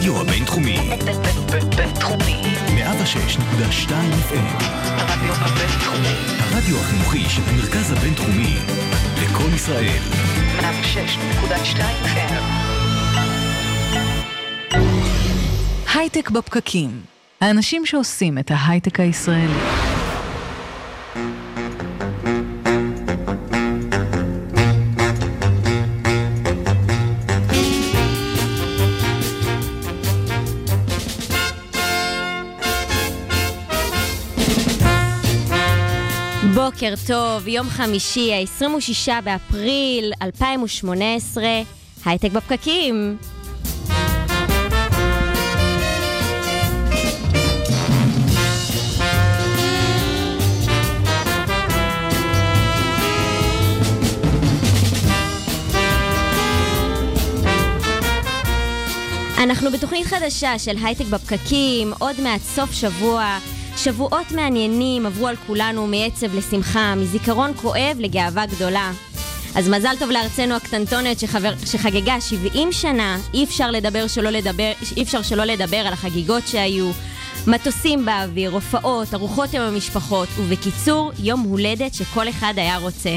הרדיו הבינתחומי. בינתחומי. 106.2 FM. הרדיו הבינתחומי. הרדיו החינוכי של המרכז הבינתחומי. לכל ישראל. 106.2 FM. הייטק בפקקים. האנשים שעושים את ההייטק הישראלי. בוקר טוב, יום חמישי, ה-26 באפריל 2018, הייטק בפקקים. אנחנו בתוכנית חדשה של הייטק בפקקים, עוד מעט סוף שבוע. שבועות מעניינים עברו על כולנו מעצב לשמחה, מזיכרון כואב לגאווה גדולה. אז מזל טוב לארצנו הקטנטונת שחגגה 70 שנה. אי אפשר שלא לדבר על החגיגות שהיו. מטוסים באוויר, הופעות, ארוחות עם המשפחות, ובקיצור, יום הולדת שכל אחד היה רוצה.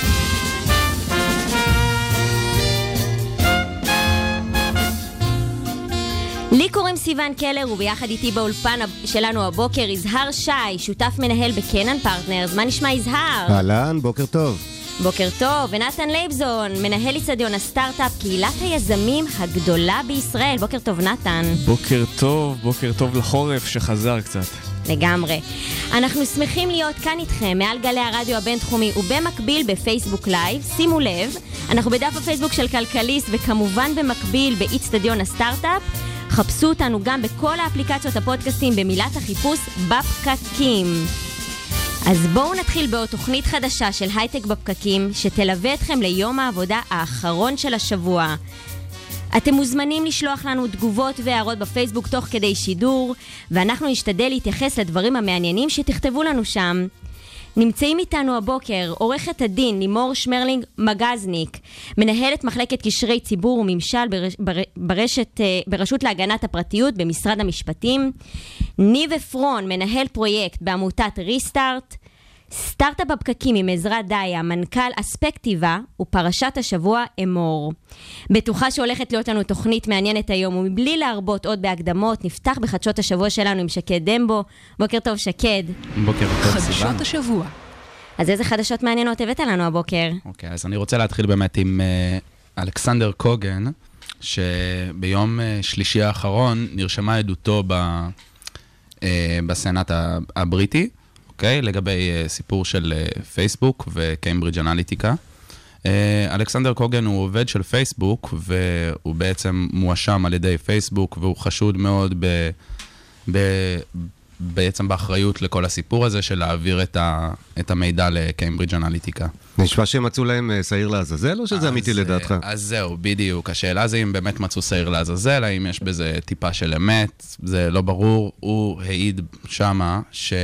לי קוראים סיוון קלר, וביחד איתי באולפן שלנו הבוקר יזהר שי, שותף מנהל בקנן פרטנרס. מה נשמע יזהר? אהלן, בוקר טוב. בוקר טוב. ונתן לייבזון, מנהל איצטדיון הסטארט-אפ, קהילת היזמים הגדולה בישראל. בוקר טוב נתן. בוקר טוב לחורף שחזר קצת. לגמרי. אנחנו שמחים להיות כאן איתכם מעל גלי הרדיו הבינתחומי ובמקביל בפייסבוק לייב. שימו לב, אנחנו בדף הפייסבוק של כלכליסט וכמובן במקביל באיצטדיון הסטארט-אפ. חפשו אותנו גם בכל האפליקציות הפודקאסטים במילת החיפוש בפקקים. אז בואו נתחיל בעוד תוכנית חדשה של הייטק בפקקים שתלווה אתכם ליום העבודה האחרון של השבוע. אתם מוזמנים לשלוח לנו תגובות והערות בפייסבוק תוך כדי שידור, ואנחנו נשתדל להתייחס לדברים המעניינים שתכתבו לנו שם. נמצאים איתנו הבוקר עורכת הדין לימור שמרלינג מגזניק, מנהלת מחלקת קשרי ציבור וממשל ברשות להגנת הפרטיות במשרד המשפטים, ניב אפרון, מנהל פרויקט בעמותת ריסטארט, סטארט-אפ בפקקים עם עזרת דיה, מנכ"ל אספקטיבה ופרשת השבוע אמור. בטוחה שהולכת להיות לנו תוכנית מעניינת היום, ומבלי להרבות עוד בהקדמות, נפתח בחדשות השבוע שלנו עם שקד דמבו. בוקר טוב שקד. בוקר טוב סיוון. חדשות השבוע. אז איזה חדשות מעניינות הבאת לנו הבוקר? אוקיי, אז אני רוצה להתחיל באמת עם אלכסנדר קוגן, שביום שלישי האחרון נרשמה עדותו בסנאט הבריטי, אוקיי? לגבי סיפור של פייסבוק וקיימברידג' אנליטיקה. אלכסנדר קוגן הוא עובד של פייסבוק, והוא בעצם מואשם על ידי פייסבוק, והוא חשוד מאוד בעצם באחריות לכל הסיפור הזה של להעביר את המידע לקיימברידג' אנליטיקה. נשמע שמצאו להם שעיר לעזאזל, או שזה אמיתי לדעתך? אז זהו, בדיוק. השאלה זה אם באמת מצאו שעיר לעזאזל, האם יש בזה טיפה של אמת, זה לא ברור. הוא העיד שמה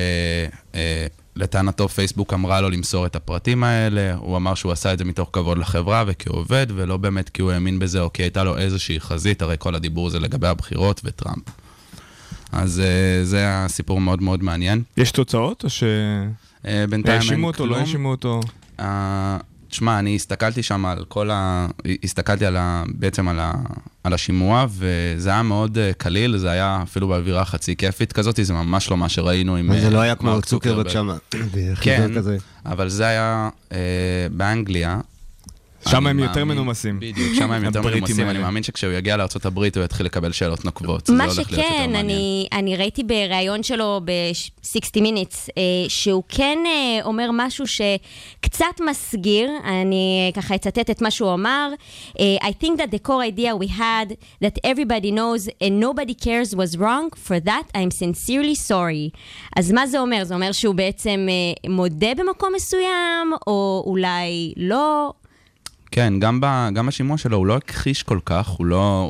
לטענתו פייסבוק אמרה לו למסור את הפרטים האלה, הוא אמר שהוא עשה את זה מתוך כבוד לחברה וכי הוא עובד, ולא באמת כי הוא האמין בזה או כי הייתה לו איזושהי חזית, הרי כל הדיבור זה לגבי הבחירות וטראמפ. אז זה הסיפור מאוד מאוד מעניין. יש תוצאות או בינתיים האשימו אותו, לא האשימו אותו? תשמע, אני הסתכלתי שם על הסתכלתי בעצם על השימוע, וזה היה מאוד קליל, זה היה אפילו באווירה חצי כיפית כזאת, זה ממש לא מה שראינו עם... זה לא היה כמו צוקרברג שם. כן, אבל זה היה באנגליה. שם הם יותר מנומסים. בדיוק, שם הם יותר מנומסים. אני מאמין שכשהוא יגיע לארצות הברית הוא יתחיל לקבל שאלות נוקבות. מה שכן, אני ראיתי בראיון שלו ב-60 Minutes, שהוא כן אומר משהו שקצת מסגיר, אני ככה אצטט את מה שהוא אמר, I think that the core idea we had that everybody knows and nobody cares was wrong, for that I'm sincerely sorry. אז מה זה אומר? זה אומר שהוא בעצם מודה במקום מסוים, או אולי לא... כן, גם השימוע שלו, הוא לא הכחיש כל כך, הוא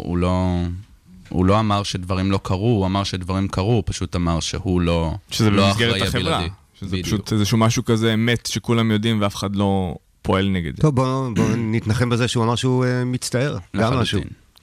לא אמר שדברים לא קרו, הוא אמר שדברים קרו, הוא פשוט אמר שהוא לא אחראי הבלעדי. שזה פשוט איזשהו משהו כזה אמת שכולם יודעים ואף אחד לא פועל נגד. טוב, בואו נתנחם בזה שהוא אמר שהוא מצטער. גם משהו.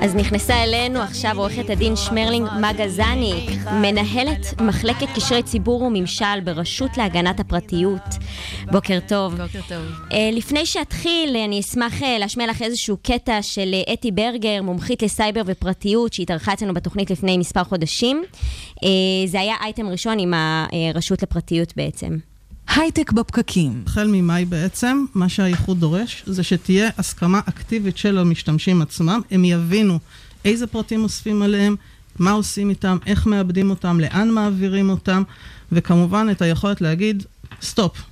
אז נכנסה אלינו עכשיו עורכת הדין שמרלינג מגזני, מנהלת מחלקת קשרי ציבור וממשל ברשות להגנת הפרטיות. בוקר טוב. בוקר טוב. לפני שאתחיל, אני אשמח להשמיע לך איזשהו קטע של אתי ברגר, מומחית לסייבר ופרטיות, שהתארחה אצלנו בתוכנית לפני מספר חודשים. זה היה אייטם ראשון עם הרשות לפרטיות בעצם. הייטק בפקקים. החל ממאי בעצם, מה שהאיחוד דורש זה שתהיה הסכמה אקטיבית של המשתמשים עצמם, הם יבינו איזה פרטים אוספים עליהם, מה עושים איתם, איך מאבדים אותם, לאן מעבירים אותם, וכמובן את היכולת להגיד סטופ.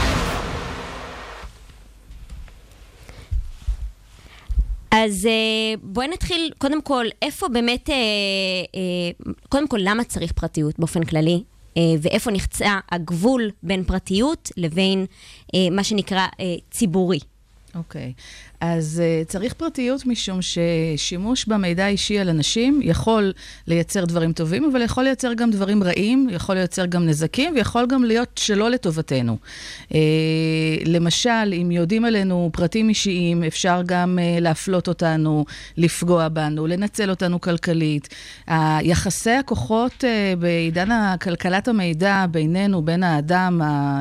אז בואי נתחיל קודם כל, איפה באמת, קודם כל למה צריך פרטיות באופן כללי? ואיפה נחצה הגבול בין פרטיות לבין מה שנקרא ציבורי. אוקיי. אז צריך פרטיות משום ששימוש במידע אישי על אנשים יכול לייצר דברים טובים, אבל יכול לייצר גם דברים רעים, יכול לייצר גם נזקים, ויכול גם להיות שלא לטובתנו. למשל, אם יודעים עלינו פרטים אישיים, אפשר גם להפלות אותנו, לפגוע בנו, לנצל אותנו כלכלית. יחסי הכוחות בעידן הכלכלת המידע בינינו, בין האדם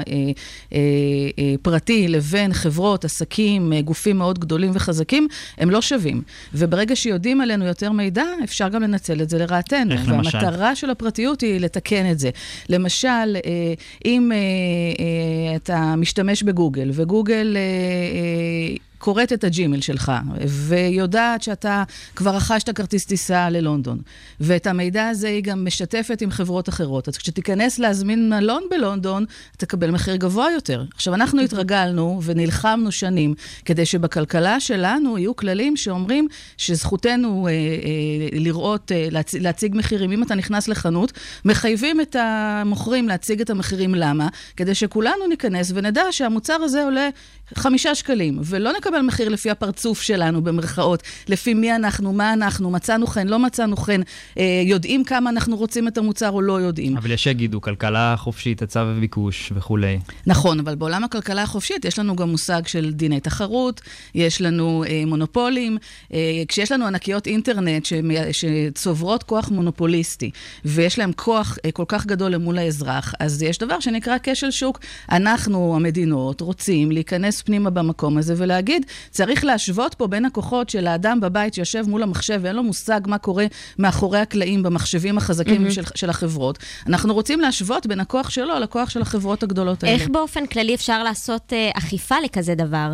הפרטי לבין חברות, עסקים, גופים מאוד גדולים וחזקים, הם לא שווים. וברגע שיודעים עלינו יותר מידע, אפשר גם לנצל את זה לרעתנו. והמטרה של הפרטיות היא לתקן את זה. למשל, אם אתה משתמש בגוגל, וגוגל קוראת את הג'ימל שלך, ויודעת שאתה כבר רכשת כרטיס טיסה ללונדון, ואת המידע הזה היא גם משתפת עם חברות אחרות. אז כשתיכנס להזמין מלון בלונדון, תקבל מחיר גבוה יותר. עכשיו, אנחנו התרגלנו ונלחמנו שנים, כדי שבכלכלה שלנו יהיו כללים שאומרים שזכותנו לראות, להציג מחירים. אם אתה נכנס לחנות, מחייבים את המוכרים להציג את המחירים. למה? כדי שכולנו ניכנס ונדע שהמוצר הזה עולה 5 שקלים, ולא נקבל מחיר לפי הפרצוף שלנו, במרכאות, לפי מי אנחנו, מה אנחנו, מצאנו חן, לא מצאנו חן, יודעים כמה אנחנו רוצים את המוצר או לא יודעים. אבל יש יגידו, כלכלה חופשית, היצע וביקוש וכו'. נכון, אבל בעולם הכלכלה החופשית יש לנו גם מושג של דיני תחרות, יש לנו מונופולים, כשיש לנו ענקיות אינטרנט שצוברות כוח מונופוליסטי, ויש להם כוח כל כך גדול למול האזרח, אז יש דבר שנקרא כשל שוק. אנחנו, המדינות, רוצים להיכנס פנימה במקום הזה ולהגיד, צריך להשוות פה בין הכוחות של האדם בבית שיושב מול המחשב ואין לו מושג מה קורה מאחורי הקלעים במחשבים החזקים של החברות. אנחנו רוצים להשוות בין הכוח שלו לכוח של החברות הגדולות האלה. איך באופן כללי אפשר לעשות אכיפה לכזה דבר?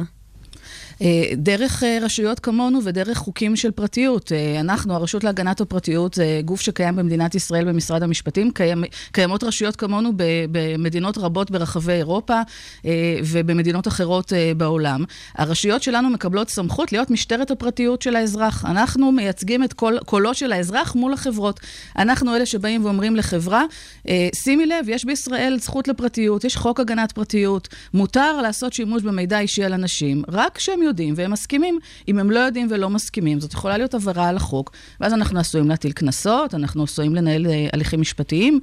דרך רשויות כמונו ודרך חוקים של פרטיות. אנחנו, הרשות להגנת הפרטיות, זה גוף שקיים במדינת ישראל במשרד המשפטים. קיימות רשויות כמונו במדינות רבות ברחבי אירופה ובמדינות אחרות בעולם. הרשויות שלנו מקבלות סמכות להיות משטרת הפרטיות של האזרח. אנחנו מייצגים את קולו של האזרח מול החברות. אנחנו אלה שבאים ואומרים לחברה, שימי לב, יש בישראל זכות לפרטיות, יש חוק הגנת פרטיות, מותר לעשות שימוש במידע אישי על אנשים, רק שהם יודעים והם מסכימים. אם הם לא יודעים ולא מסכימים, זאת יכולה להיות עבירה על החוק, ואז אנחנו עשויים להטיל קנסות, אנחנו עשויים לנהל הליכים משפטיים,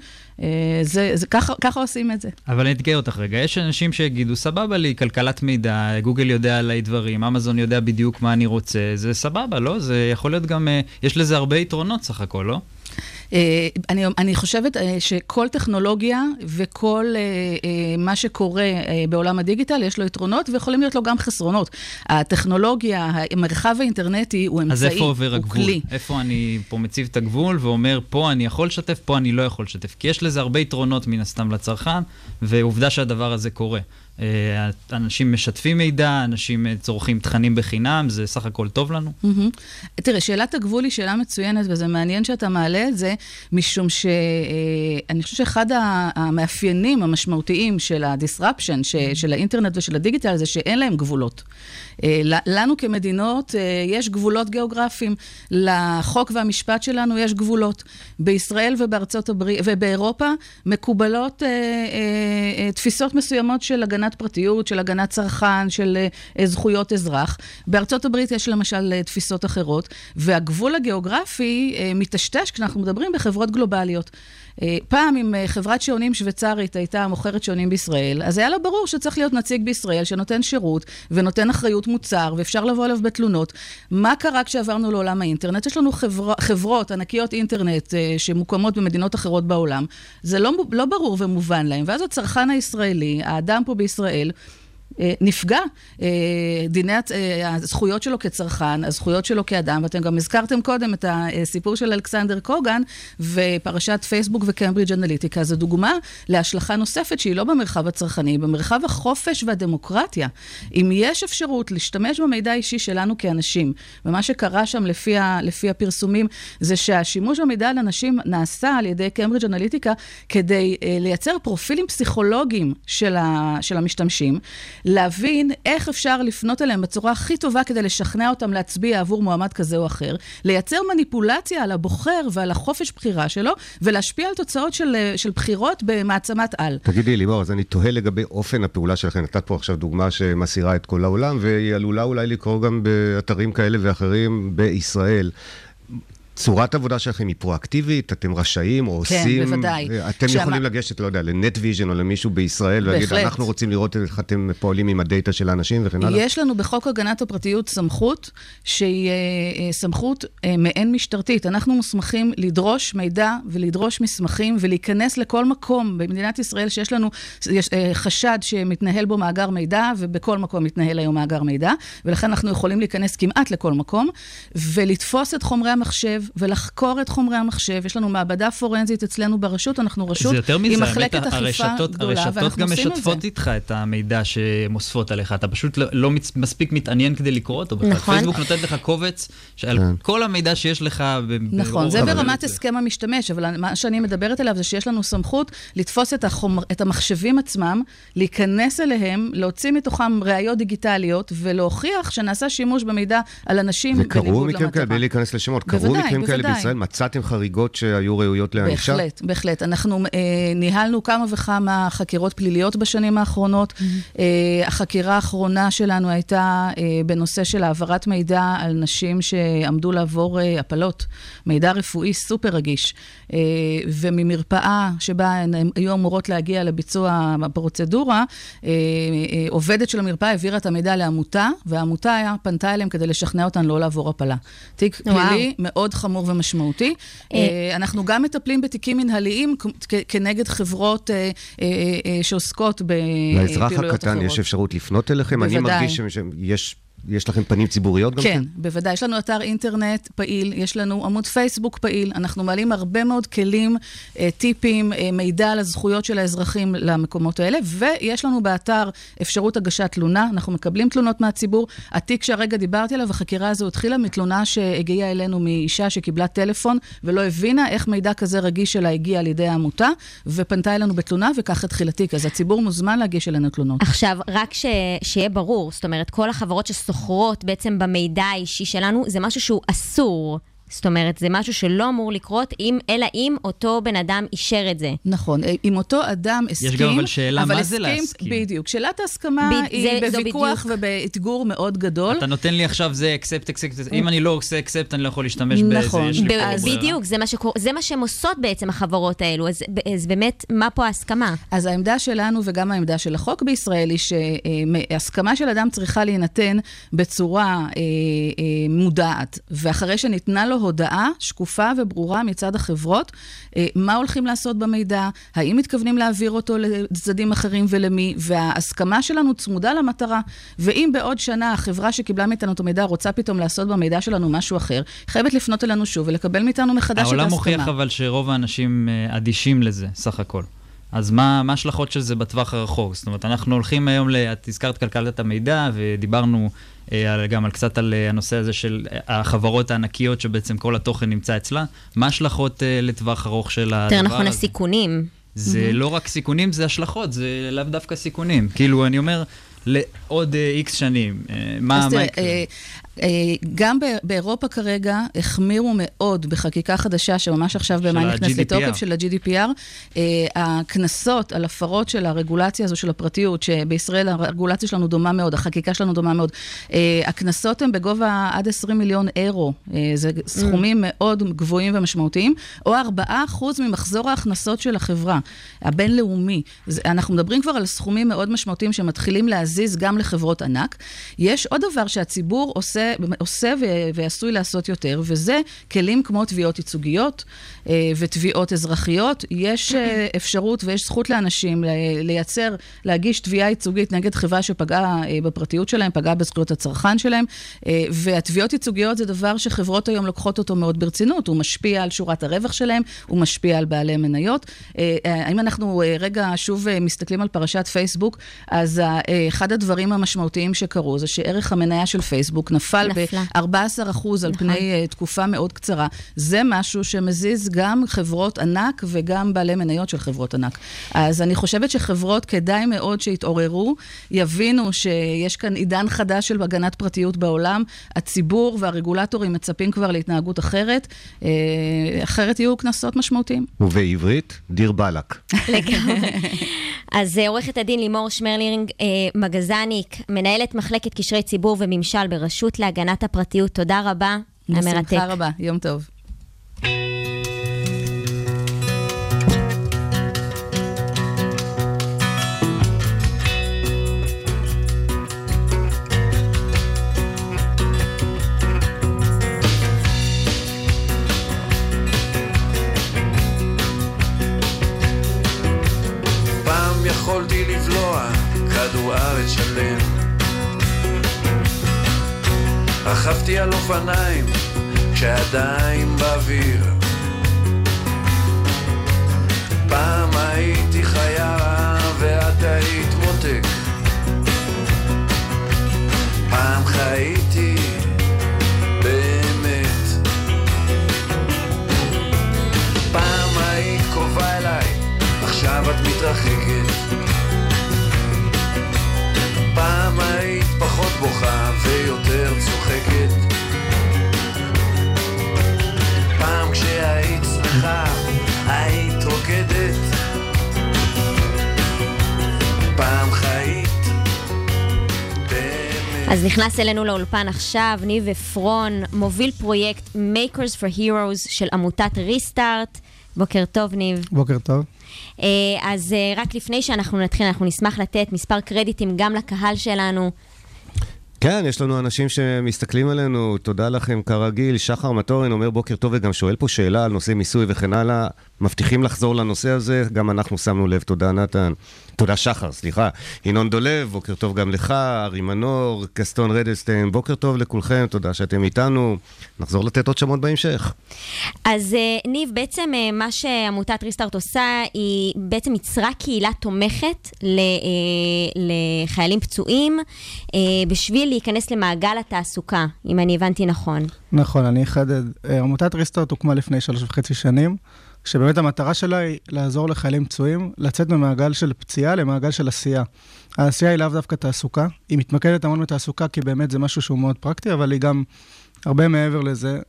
ככה עושים את זה. אבל אני אתגר אותך רגע, יש אנשים שיגידו, סבבה לי, כלכלת מידע, גוגל יודע עליי דברים, אמזון יודע בדיוק מה אני רוצה, זה סבבה, לא? זה יכול להיות גם, יש לזה הרבה יתרונות סך הכל, לא? אני חושבת שכל טכנולוגיה וכל מה שקורה בעולם הדיגיטל יש לו יתרונות ויכולים להיות לו גם חסרונות. הטכנולוגיה, המרחב האינטרנטי הוא אמצעי, אז איפה עובר הוא הגבול? כלי. איפה אני פה מציב את הגבול ואומר פה אני יכול לשתף, פה אני לא יכול לשתף? כי יש לזה הרבה יתרונות מן הסתם לצרכן, ועובדה שהדבר הזה קורה. אנשים משתפים מידע, אנשים צורכים תכנים בחינם, זה סך הכל טוב לנו. תראה, שאלת הגבול היא שאלה מצוינת, וזה מעניין שאתה מעלה את זה, משום שאני חושב שאחד המאפיינים המשמעותיים של ה-disruption, של האינטרנט ושל הדיגיטל, זה שאין להם גבולות. לנו כמדינות יש גבולות גיאוגרפיים, לחוק והמשפט שלנו יש גבולות. בישראל ובארצות הברית ובאירופה מקובלות תפיסות מסוימות של הגנת הגנת פרטיות, של הגנת צרכן, של זכויות אזרח. בארצות הברית יש למשל תפיסות אחרות, והגבול הגיאוגרפי מתשתש כשאנחנו מדברים בחברות גלובליות. פעם אם חברת שעונים שוויצרית הייתה מוכרת שעונים בישראל, אז היה לה ברור שצריך להיות נציג בישראל שנותן שירות ונותן אחריות מוצר, ואפשר לבוא אליו בתלונות. מה קרה כשעברנו לעולם האינטרנט? יש לנו חברות ענקיות אינטרנט שמוקמות במדינות אחרות בעולם. זה לא ברור ומובן להם. ואז הצרכן הישראלי, האדם פה בישראל, נפגע דיני הזכויות שלו כצרכן, הזכויות שלו כאדם, ואתם גם הזכרתם קודם את הסיפור של אלכסנדר קוגן ופרשת פייסבוק וקמברידג' אנליטיקה. זו דוגמה להשלכה נוספת שהיא לא במרחב הצרכני, במרחב החופש והדמוקרטיה. אם יש אפשרות להשתמש במידע האישי שלנו כאנשים, ומה שקרה שם לפי הפרסומים, זה שהשימוש במידע על אנשים נעשה על ידי קמברידג' אנליטיקה כדי לייצר פרופילים פסיכולוגיים של המשתמשים, להבין איך אפשר לפנות אליהם בצורה הכי טובה כדי לשכנע אותם להצביע עבור מועמד כזה או אחר, לייצר מניפולציה על הבוחר ועל החופש בחירה שלו, ולהשפיע על תוצאות של בחירות במעצמת על. תגידי, לימור, אז אני תוהה לגבי אופן הפעולה שלכם. נתת פה עכשיו דוגמה שמסירה את כל העולם, והיא עלולה אולי לקרוא גם באתרים כאלה ואחרים בישראל. צורת עבודה שלכם היא פרואקטיבית, אתם רשאים או עושים... כן, בוודאי. אתם יכולים לגשת, לא יודע, לנט-ויז'ן או למישהו בישראל, ולהגיד, אנחנו רוצים לראות איך אתם פועלים עם הדאטה של האנשים וכן הלאה. יש לנו בחוק הגנת הפרטיות סמכות, שהיא סמכות מעין משטרתית. אנחנו מוסמכים לדרוש מידע ולדרוש מסמכים, ולהיכנס לכל מקום במדינת ישראל שיש לנו חשד שמתנהל בו מאגר מידע, ובכל מקום מתנהל היום מאגר מידע, ולכן אנחנו יכולים להיכנס כמעט לכל מקום, ולתפוס את חומרי המחשב, ולחקור את חומרי המחשב. יש לנו מעבדה פורנזית אצלנו ברשות, אנחנו רשות עם מחלקת אכיפה גדולה, הרשתות גם משתפות איתך את המידע שמוספות עליך, אתה פשוט לא מספיק מתעניין כדי לקרוא אותו. פייסבוק נותנת לך קובץ על כל המידע שיש לך. נכון, זה ברמת הסכם המשתמש, אבל מה שאני מדברת עליו זה שיש לנו סמכות לתפוס את המחשבים עצמם, להיכנס אליהם, להוציא מתוכם ראיות דיגיטליות, ולהוכיח שנעשה שימוש במידע על אנשים וקראו מכם כאלה, בלי להיכנס לשמות, קראו מכם כאלה בישראל, מצאתם חריגות שהיו ראויות לענישה? בהחלט, בהחלט. אנחנו ניהלנו כמה וכמה חקירות פליליות בשנים האחרונות. החקירה האחרונה שלנו הייתה בנושא של העברת מידע על נשים שעמדו לעבור הפלות. מידע רפואי סופר רגיש. וממרפאה שבה הן היו אמורות להגיע לביצוע הפרוצדורה, עובדת של המרפאה העבירה את המידע לעמותה, והעמותה פנתה אליהם כדי לשכנע אותן לא לעבור הפלה. תיק פלילי מאוד חמור ומשמעותי. אנחנו גם מטפלים בתיקים מנהליים כנגד חברות שעוסקות בפעילויות אחרות. לאזרח הקטן יש אפשרות לפנות אליכם? אני מרגיש יש לכם פנים ציבוריות גם כן? כן, בוודאי. יש לנו אתר אינטרנט פעיל, יש לנו עמוד פייסבוק פעיל, אנחנו מעלים הרבה מאוד כלים, טיפים, מידע על הזכויות של האזרחים למקומות האלה, ויש לנו באתר אפשרות הגשת תלונה, אנחנו מקבלים תלונות מהציבור. התיק שהרגע דיברתי עליו, החקירה הזו התחילה מתלונה שהגיעה אלינו מאישה שקיבלה טלפון, ולא הבינה איך מידע כזה רגיש שלה הגיע על ידי העמותה, ופנתה אלינו בתלונה, וכך התחיל התיק. אז הציבור מוזמן להגיש אלינו תלונות. עכשיו, רק שיהיה ברור, זאת אומרת, כל החברות סוחרות בעצם במידע האישי שלנו, זה משהו שהוא אסור. זאת אומרת, זה משהו שלא אמור לקרות, אלא אם אותו בן אדם אישר את זה. נכון, אם אותו אדם הסכים, יש גם אבל שאלה, מה זה להסכים? בדיוק, שאלת ההסכמה היא בוויכוח ובאתגור מאוד גדול. אתה נותן לי עכשיו זה accept, אם אני לא עושה accept, אני לא יכול להשתמש בזה. נכון. בדיוק, זה מה שהן עושות בעצם החברות האלו, אז באמת, מה פה ההסכמה? אז העמדה שלנו וגם העמדה של החוק בישראל היא שהסכמה של אדם צריכה להינתן בצורה מודעת, ואחרי שניתנה לו הודעה שקופה וברורה מצד החברות, מה הולכים לעשות במידע, האם מתכוונים להעביר אותו לצדדים אחרים ולמי, וההסכמה שלנו צמודה למטרה, ואם בעוד שנה החברה שקיבלה מאיתנו את המידע רוצה פתאום לעשות במידע שלנו משהו אחר, חייבת לפנות אלינו שוב ולקבל מאיתנו מחדש את ההסכמה. העולם מוכיח אבל שרוב האנשים אדישים לזה, סך הכל. אז מה ההשלכות של זה בטווח הרחוק? זאת אומרת, אנחנו הולכים היום, את הזכרת כלכלת המידע, ודיברנו גם קצת על הנושא הזה של החברות הענקיות, שבעצם כל התוכן נמצא אצלה. מה ההשלכות לטווח ארוך של הדבר הזה? יותר נכון, הסיכונים. זה לא רק סיכונים, זה השלכות, זה לאו דווקא סיכונים. כאילו, אני אומר, לעוד איקס שנים, מה יקרה? גם באירופה כרגע החמירו מאוד בחקיקה חדשה שממש עכשיו במה נכנס לתוקף של ה-GDPR. הכנסות על הפרות של הרגולציה הזו של הפרטיות, שבישראל הרגולציה שלנו דומה מאוד, החקיקה שלנו דומה מאוד. הכנסות הן בגובה עד 20 מיליון אירו. זה סכומים מאוד גבוהים ומשמעותיים, או 4% ממחזור ההכנסות של החברה הבינלאומי. אנחנו מדברים כבר על סכומים מאוד משמעותיים שמתחילים להזיז גם לחברות ענק. יש עוד דבר שהציבור עושה ועשוי לעשות יותר, וזה כלים כמו תביעות ייצוגיות ותביעות אזרחיות. יש אפשרות ויש זכות לאנשים להגיש תביעה ייצוגית נגד חברה שפגעה בפרטיות שלהם, פגעה בזכויות הצרכן שלהם, והתביעות ייצוגיות זה דבר שחברות היום לוקחות אותו מאוד ברצינות. הוא משפיע על שורת הרווח שלהם, הוא משפיע על בעלי מניות. אם אנחנו רגע שוב מסתכלים על פרשת פייסבוק, אז אחד הדברים המשמעותיים שקרו זה שערך המניה של פייסבוק נפל ב-14% על פני תקופה מאוד קצרה. זה משהו שמזיז גם חברות ענק וגם בעלי מניות של חברות ענק. אז אני חושבת שחברות כדאי מאוד שיתעוררו, יבינו שיש כאן עידן חדש של הגנת פרטיות בעולם, הציבור והרגולטורים מצפים כבר להתנהגות אחרת, אחרת יהיו כנסות משמעותיים. ובעברית, דיר בלק. לגמרי. אז עורכת הדין לימור שמרלינג מגזניק, מנהלת מחלקת קשרי ציבור וממשל ברשות להגנת הפרטיות. תודה רבה, המרתק. בשמחה רבה, יום טוב. יכולתי לבלוע כדור ארץ שלם, רכבתי על אופניים כשעדיין באוויר, פעם הייתי חיה ואת היית מותק, פעם חייתי באמת, פעם היית קרובה אליי, עכשיו את מתרחקת, פעם היית פחות בוכה ויותר צוחקת, פעם כשהיית שמחה היית רוקדת, פעם חיית באמת. אז נכנס אלינו לאולפן עכשיו ניב אפרון, מוביל פרויקט Makers for Heroes של עמותת ריסטארט. בוקר טוב ניב. בוקר טוב. אז רק לפני שאנחנו נתחיל, אנחנו נשמח לתת מספר קרדיטים גם לקהל שלנו. כן, יש לנו אנשים שמסתכלים עלינו, תודה לכם כרגיל. שחר מטורן אומר בוקר טוב וגם שואל פה שאלה על נושא מיסוי וכן הלאה. מבטיחים לחזור לנושא הזה, גם אנחנו שמנו לב. תודה נתן. תודה שחר, סליחה. ינון דולב, בוקר טוב גם לך, ארי מנור, קסטון רדלסטיין, בוקר טוב לכולכם, תודה שאתם איתנו. נחזור לתת עוד שמות בהמשך. אז ניב, בעצם מה שעמותת ריסטארט עושה, היא בעצם יצרה קהילה תומכת לחיילים פצועים, בשביל להיכנס למעגל התעסוקה, אם אני הבנתי נכון. נכון, אני אחדד. עמותת ריסטארט הוקמה לפני 3.5 שנים, שבאמת המטרה שלה היא לעזור לחיילים פצועים, לצאת ממעגל של פציעה למעגל של עשייה. העשייה היא לאו דווקא תעסוקה, היא מתמקדת המון בתעסוקה, כי באמת זה משהו שהוא מאוד פרקטי, אבל היא גם הרבה מעבר לזה.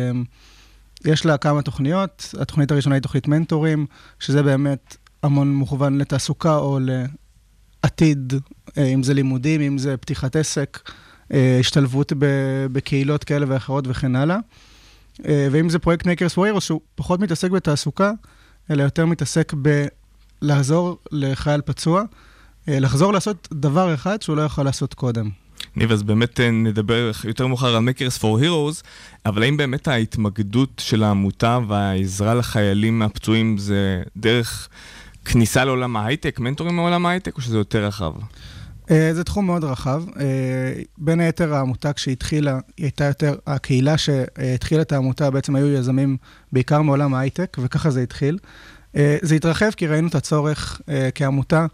יש לה כמה תוכניות, התוכנית הראשונה היא תוכנית מנטורים, שזה באמת המון מוכוון לתעסוקה או לעתיד, אם זה לימודים, אם זה פתיחת עסק, השתלבות בקהילות כאלה ואחרות וכן הלאה. ואם זה פרויקט Makers for Heroes, שהוא פחות מתעסק בתעסוקה, אלא יותר מתעסק בלעזור לחייל פצוע, לחזור לעשות דבר אחד שהוא לא יכול לעשות קודם. ניב, אז באמת נדבר יותר מאוחר על Makers for Heroes, אבל האם באמת ההתמקדות של העמותה והעזרה לחיילים הפצועים זה דרך כניסה לעולם ההייטק, מנטורים מעולם ההייטק, או שזה יותר רחב? זה תחום מאוד רחב. בין היתר העמותה כשהתחילה, היא הייתה יותר, הקהילה שהתחילה את העמותה בעצם היו יזמים בעיקר מעולם ההייטק, וככה זה התחיל. זה התרחב כי ראינו את הצורך כעמותה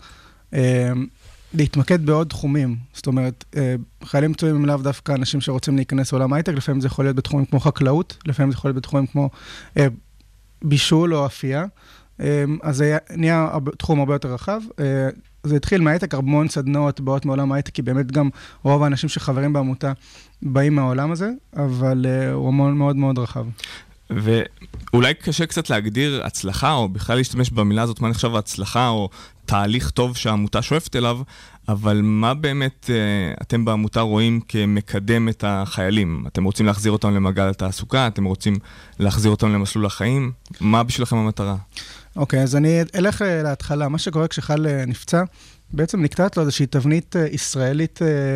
להתמקד בעוד תחומים. זאת אומרת, חיילים פצועים הם לאו דווקא אנשים שרוצים להיכנס לעולם ההייטק, לפעמים זה יכול להיות בתחומים כמו חקלאות, לפעמים זה יכול להיות בתחומים כמו בישול או אפייה. אז זה נהיה תחום הרבה יותר רחב. זה התחיל מההייטק, המון סדנאות באות מעולם ההייטק, כי באמת גם רוב האנשים שחברים בעמותה באים מהעולם הזה, אבל הוא מאוד מאוד רחב. ואולי קשה קצת להגדיר הצלחה, או בכלל להשתמש במילה הזאת, מה נחשב הצלחה, או תהליך טוב שהעמותה שואפת אליו, אבל מה באמת אתם בעמותה רואים כמקדם את החיילים? אתם רוצים להחזיר אותם למעגל התעסוקה? אתם רוצים להחזיר אותם למסלול החיים? מה בשבילכם המטרה? אוקיי, אז אני אלך להתחלה. מה שקורה כשחייל נפצע, בעצם נקטעת לו איזושהי תבנית ישראלית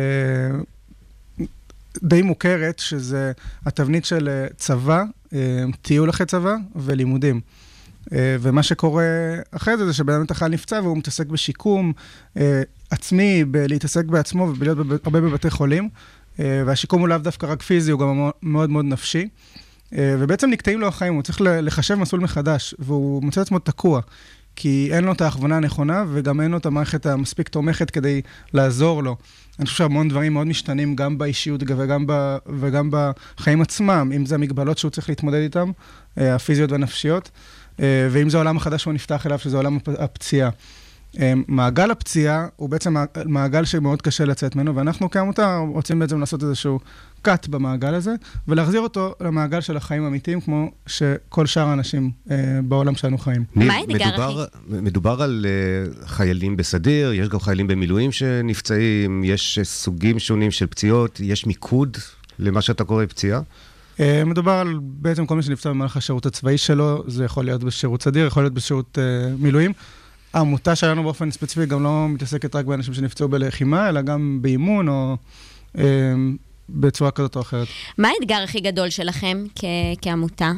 די מוכרת, שזה התבנית של צבא, טיול אחרי צבא ולימודים. ומה שקורה אחרי זה, זה שבאמת החייל נפצע והוא מתעסק בשיקום עצמי, להתעסק בעצמו ולהיות הרבה בבתי חולים, והשיקום הוא לאו דווקא רק פיזי, הוא גם מאוד מאוד נפשי. ובעצם נקטעים לו החיים, הוא צריך לחשב מסלול מחדש, והוא מוצא עצמו תקוע, כי אין לו את ההכוונה הנכונה, וגם אין לו את המערכת המספיק תומכת כדי לעזור לו. אני חושב שהמון דברים מאוד משתנים, גם באישיות וגם בחיים עצמם, אם זה המגבלות שהוא צריך להתמודד איתם, הפיזיות והנפשיות, ואם זה העולם החדש שהוא נפתח אליו, שזה עולם הפציעה. מעגל הפציעה הוא בעצם מעגל שמאוד קשה לצאת ממנו, ואנחנו כעמותה רוצים בעצם לעשות איזשהו קאט במעגל הזה, ולהחזיר אותו למעגל של החיים האמיתיים, כמו שכל שאר האנשים בעולם שלנו חיים. מדובר על חיילים בסדיר, יש גם חיילים במילואים שנפצעים, יש סוגים שונים של פציעות, יש מיקוד למה שאתה קורא פציעה? מדובר על בעצם כל מי שנפצע במהלך השירות הצבאי שלו, זה יכול להיות בשירות סדיר, יכול להיות בשירות מילואים. העמותה שלנו באופן ספציפי גם לא מתעסקת רק באנשים שנפצעו בלחימה, אלא גם באימון או בצורה כזאת או אחרת. מה האתגר הכי גדול שלכם כעמותה?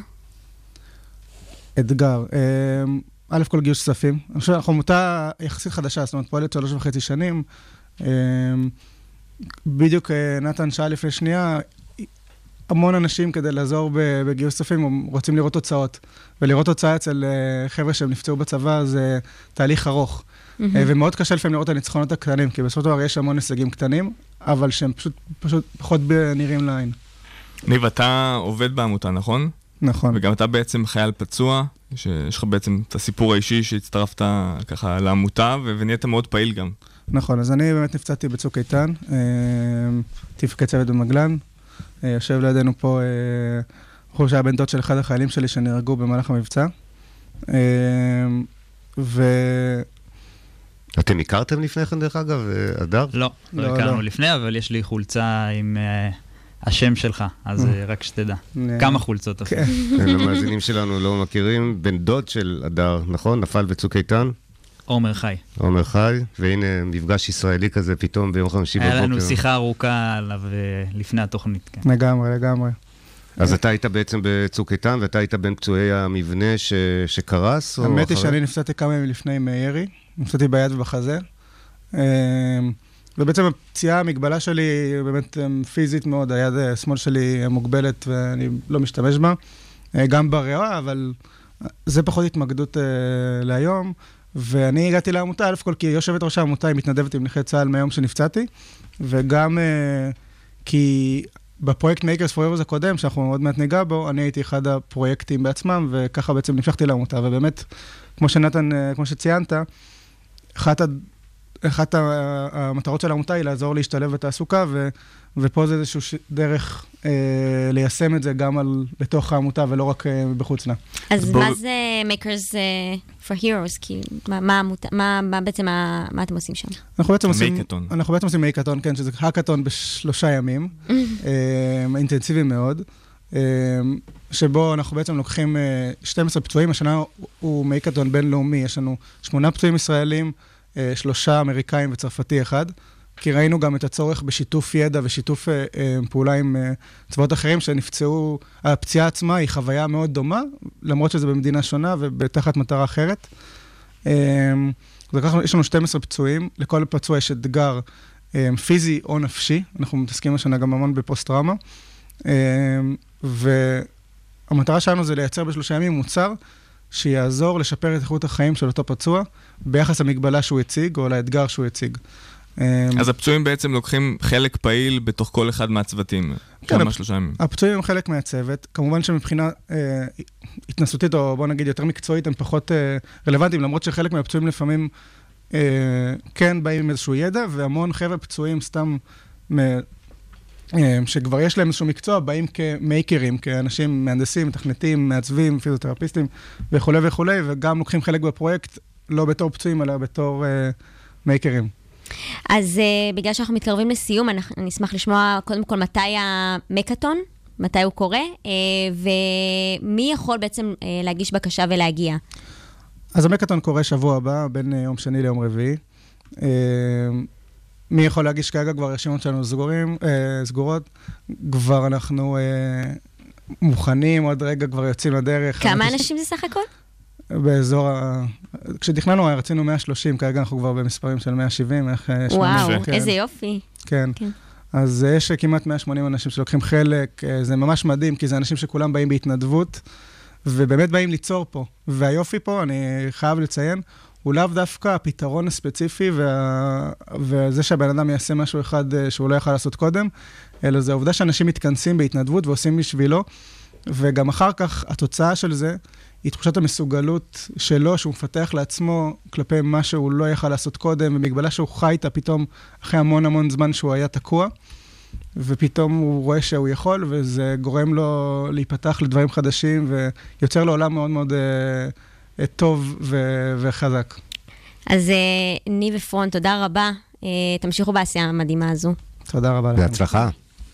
אתגר. א' כל גיוס כספים. אני חושב שאנחנו עמותה יחסית חדשה, זאת אומרת פועלת 3.5 שנים. בדיוק נתן שעה לפני שנייה, המון אנשים כדי לעזור בגיוס כספים רוצים לראות תוצאות. ולראות תוצאה אצל חבר'ה שהם נפצעו בצבא זה תהליך ארוך. ומאוד קשה לפעמים לראות את הניצחונות הקטנים, כי בסופו של דבר יש המון הישגים קטנים, אבל שהם פשוט פחות נראים לעין. ניב, אתה עובד בעמותה, נכון? נכון. וגם אתה בעצם חייל פצוע, שיש לך בעצם את הסיפור האישי שהצטרפת ככה לעמותה, ונהיית מאוד פעיל גם. נכון, אז אני באמת נפצעתי בצוק איתן, תפקד צוות במגלן, יושב לידינו פה, חושב שהיה בן דוד של אחד החיילים שלי שנהרגו במהלך המבצע. אתם הכרתם לפני כן דרך אגב, אדר? לא הכרנו לפני, אבל יש לי חולצה עם השם שלך, אז רק שתדע. כמה חולצות אפילו. המאזינים שלנו לא מכירים, בן דוד של אדר, נכון? נפל בצוק איתן? עומר חי. עומר חי, והנה מפגש ישראלי כזה פתאום ביום חמישי בבוקר. היה לנו שיחה ארוכה עליו לפני התוכנית. לגמרי. אז אתה היית בעצם בצוק איתן, ואתה היית בין פצועי המבנה שקרס? האמת היא שאני נפצעתי כמה ימים לפני עם ירי, נפצעתי ביד ובחזה, ובעצם הפציעה, המגבלה שלי באמת פיזית מאוד, היד שמאל שלי מוגבלת ואני לא משתמש בה, גם בריאה, אבל זה פחות התמקדות להיום, ואני הגעתי לעמותה, אלף כל כי יושבת ראש העמותה, היא מתנדבת עם נכי צה"ל מהיום שנפצעתי, וגם כי בפרויקט Makers Forever הקודם, שאנחנו מאוד מעט ניגע בו, אני הייתי אחד הפרויקטים בעצמם, וככה בעצם נמשכתי לעמותה, ובאמת, כמו שנתן, כמו שציינת, אחת המטרות של העמותה היא לעזור להשתלב בתעסוקה, ופה זה איזשהו דרך ליישם את זה גם בתוך העמותה ולא רק בחוץ לה. אז מה זה Makers for Heroes? כי מה בעצם, מה אתם עושים שם? אנחנו בעצם עושים מייקאטון, כן, שזה האקאטון ב3 ימים, אינטנסיבי מאוד, שבו אנחנו בעצם לוקחים 12 פצועים, השנה הוא מייקאטון בינלאומי, יש לנו 8 פצועים ישראלים, 3 אמריקאים וצרפתי אחד, כי ראינו גם את הצורך בשיתוף ידע ושיתוף פעולה עם צבאות אחרים שנפצעו, הפציעה עצמה היא חוויה מאוד דומה, למרות שזה במדינה שונה ובתחת מטרה אחרת. יש לנו 12 פצועים, לכל פצוע יש אתגר פיזי או נפשי, אנחנו מתעסקים השנה גם המון בפוסט-טראומה, והמטרה שלנו זה לייצר ב3 ימים מוצר שיעזור לשפר את איכות החיים של אותו פצוע, ביחס למגבלה שהוא הציג או לאתגר שהוא הציג. אז הפצועים בעצם לוקחים חלק פעיל בתוך כל אחד מהצוותים, כמה 3 ימים. הפצועים הם חלק מהצוות, כמובן שמבחינה התנסותית, או בוא נגיד יותר מקצועית, הם פחות רלוונטיים, למרות שחלק מהפצועים לפעמים כן באים עם איזשהו ידע, והמון חבר'ה פצועים סתם שכבר יש להם איזשהו מקצוע, באים כמייקרים, כאנשים מהנדסים, מתכנתים, מעצבים, פיזיותרפיסטים וכו' וכו', וגם לוקחים חלק בפרויקט, לא בתור פצועים, אלא בתור מייקרים. אז בגלל שאנחנו מתקרבים לסיום, אני אשמח לשמוע קודם כל מתי המקאטון, מתי הוא קורה, ומי יכול בעצם להגיש בקשה ולהגיע? אז המקאטון קורה שבוע הבא, בין יום שני ליום רביעי. מי יכול להגיש כרגע? כבר רשימות שלנו סגורות. כבר אנחנו מוכנים, עוד רגע כבר יוצאים לדרך. כמה אנשים זה סך הכל? באזור כשתכננו רצינו 130, כרגע אנחנו כבר במספרים של 170, 180. וואו, איזה יופי. כן. אז יש כמעט 180 אנשים שלוקחים חלק, זה ממש מדהים, כי זה אנשים שכולם באים בהתנדבות, ובאמת באים ליצור פה. והיופי פה, אני חייב לציין, הוא לאו דווקא הפתרון הספציפי, וזה שהבן אדם יעשה משהו אחד שהוא לא יכל לעשות קודם, אלא זה העובדה שאנשים מתכנסים בהתנדבות ועושים בשבילו, וגם אחר כך התוצאה של זה, היא תחושת המסוגלות שלו, שהוא מפתח לעצמו כלפי מה שהוא לא יכל לעשות קודם, ומגבלה שהוא חי איתה פתאום אחרי המון זמן שהוא היה תקוע, ופתאום הוא רואה שהוא יכול, וזה גורם לו להיפתח לדברים חדשים, ויוצר לו עולם מאוד מאוד טוב וחזק. אז ניב אפרון, תודה רבה. תמשיכו בעשייה המדהימה הזו. תודה רבה. בהצלחה.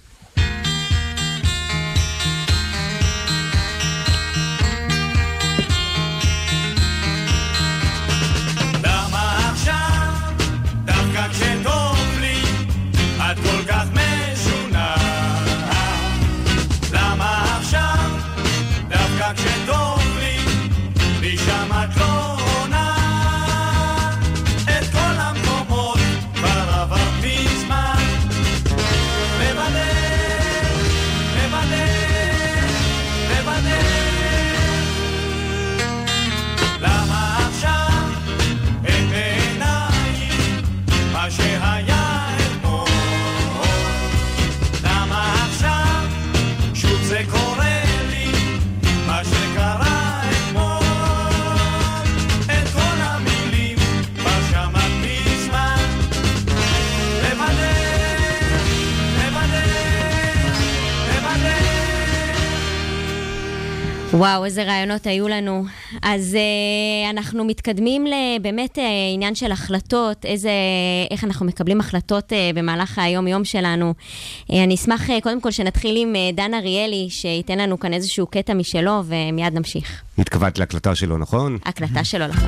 וואו, איזה רעיונות היו לנו. אז אנחנו מתקדמים לבאמת עניין של החלטות, איך אנחנו מקבלים החלטות במהלך היום-יום שלנו. אני אשמח קודם כל שנתחיל עם דן אריאלי, שייתן לנו כאן איזשהו קטע משלו, ומיד נמשיך. התכוונת להקלטה שלו, נכון? הקלטה שלו, נכון.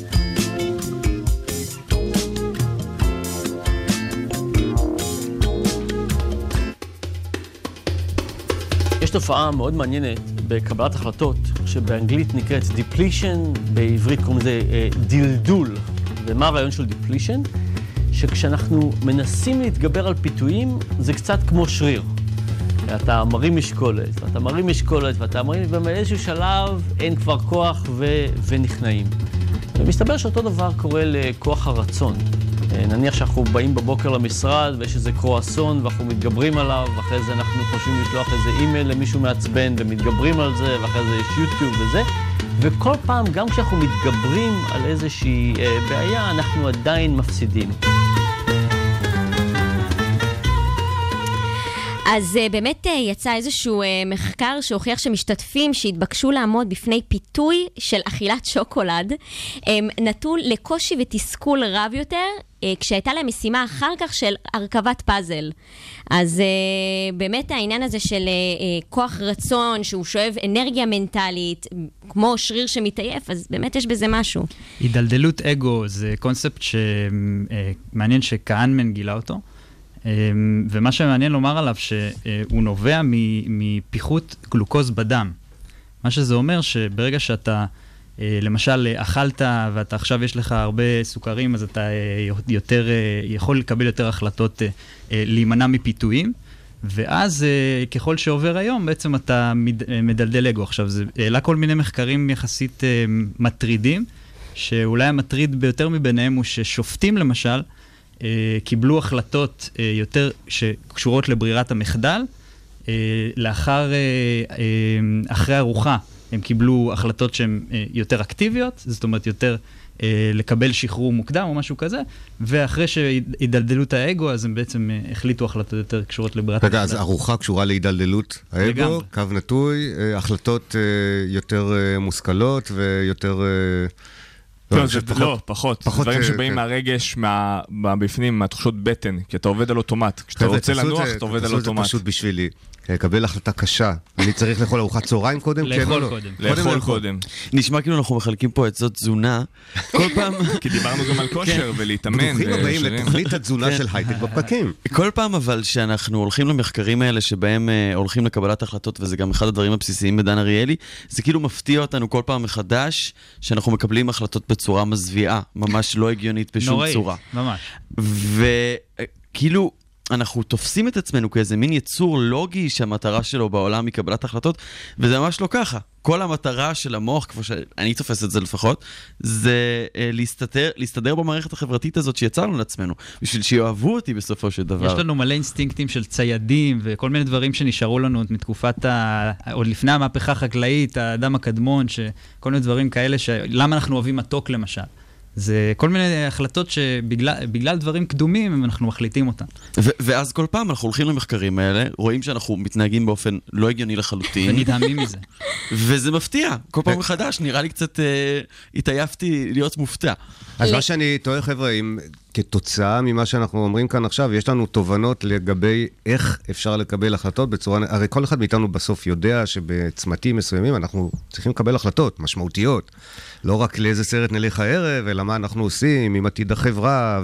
יש תופעה מאוד מעניינת בקבלת החלטות, שבאנגלית נקראת depletion, בעברית קוראים לזה דלדול. ומה הרעיון של depletion? שכשאנחנו מנסים להתגבר על פיתויים, זה קצת כמו שריר. אתה מרים משקולת, ואתה מרים, ובאיזשהו שלב אין כבר כוח ונכנעים. ומסתבר שאותו דבר קורה לכוח הרצון. נניח שאנחנו באים בבוקר למשרד ויש איזה קרואסון ואנחנו מתגברים עליו, ואחרי זה אנחנו חושבים לשלוח איזה אימייל למישהו מעצבן ומתגברים על זה, ואחרי זה יש יוטיוב וזה. וכל פעם, גם כשאנחנו מתגברים על איזושהי בעיה, אנחנו עדיין מפסידים. אז באמת יצא איזשהו מחקר שהוכיח שמשתתפים שהתבקשו לעמוד בפני פיתוי של אכילת שוקולד, נטו לקושי ותסכול רב יותר, כשהייתה להם משימה אחר כך של הרכבת פאזל. אז באמת העניין הזה של כוח רצון, שהוא שואב אנרגיה מנטלית, כמו שריר שמתעייף, אז באמת יש בזה משהו. הידלדלות אגו זה קונספט שמעניין שקהנמן גילה אותו. ומה שמעניין לומר עליו שהוא נובע מפיחות גלוקוז בדם. מה שזה אומר שברגע שאתה למשל אכלת ואתה עכשיו יש לך הרבה סוכרים, אז אתה יותר יכול לקבל יותר החלטות להימנע מפיתויים, ואז ככל שעובר היום בעצם אתה מדלדל אגו. עכשיו זה העלה כל מיני מחקרים יחסית מטרידים, שאולי המטריד ביותר מביניהם הוא ששופטים למשל קיבלו החלטות יותר שקשורות לברירת המחדל, אחרי ארוחה הם קיבלו החלטות שהן יותר אקטיביות, זאת אומרת יותר לקבל שחרור מוקדם או משהו כזה, ואחרי שהידלדלות האגו, אז הם בעצם החליטו החלטות יותר קשורות לברירת המחדל. רגע, אז ארוחה קשורה להידלדלות האגו, קו נטוי, החלטות יותר מושכלות ויותר... לא, פחות. דברים שבאים מהרגש, בפנים, מהתחושות בטן, כי אתה עובד על אוטומט. כשאתה רוצה לנוח, אתה עובד על אוטומט. זה פשוט בשבילי. לקבל החלטה קשה. אני צריך לאכול ארוחת צהריים קודם? לאכול קודם. נשמע כאילו אנחנו מחלקים פה עצות תזונה. כל פעם... כי דיברנו גם על כושר ולהתאמן. ברוכים הבאים לתוכנית התזונה של הייטק בפקקים. כל פעם אבל שאנחנו הולכים למחקרים האלה שבהם הולכים לקבלת החלטות, וזה גם אחד הדברים הבסיסיים בדן אריאלי, זה כאילו מפתיע אותנו כל פעם מחדש שאנחנו מקבלים החלטות בצורה מזוויעה, ממש לא הגיונית בשום צורה. ממש. וכאילו... אנחנו תופסים את עצמנו כאיזה מין יצור לוגי שהמטרה שלו בעולם היא קבלת החלטות, וזה ממש לא ככה. כל המטרה של המוח, כמו שאני תופס את זה לפחות, זה להסתדר במערכת החברתית הזאת שיצרנו לעצמנו, בשביל שיאהבו אותי בסופו של דבר. יש לנו מלא אינסטינקטים של ציידים, וכל מיני דברים שנשארו לנו מתקופת, עוד לפני המהפכה החקלאית, האדם הקדמון, כל מיני דברים כאלה, למה אנחנו אוהבים מתוק למשל. זה כל מיני החלטות שבגלל דברים קדומים אנחנו מחליטים אותן. ואז כל פעם אנחנו הולכים למחקרים האלה, רואים שאנחנו מתנהגים באופן לא הגיוני לחלוטין. ונדהמים מזה. וזה מפתיע. כל פעם מחדש, נראה לי קצת התעייפתי להיות מופתע. אז מה שאני טועה, חבר'ה, אם כתוצאה ממה שאנחנו אומרים כאן עכשיו, יש לנו תובנות לגבי איך אפשר לקבל החלטות בצורה... הרי כל אחד מאיתנו בסוף יודע שבצמתים מסוימים אנחנו צריכים לקבל החלטות משמעותיות. לא רק לאיזה סרט נלך הערב, אלא מה אנחנו עושים עם עתיד החברה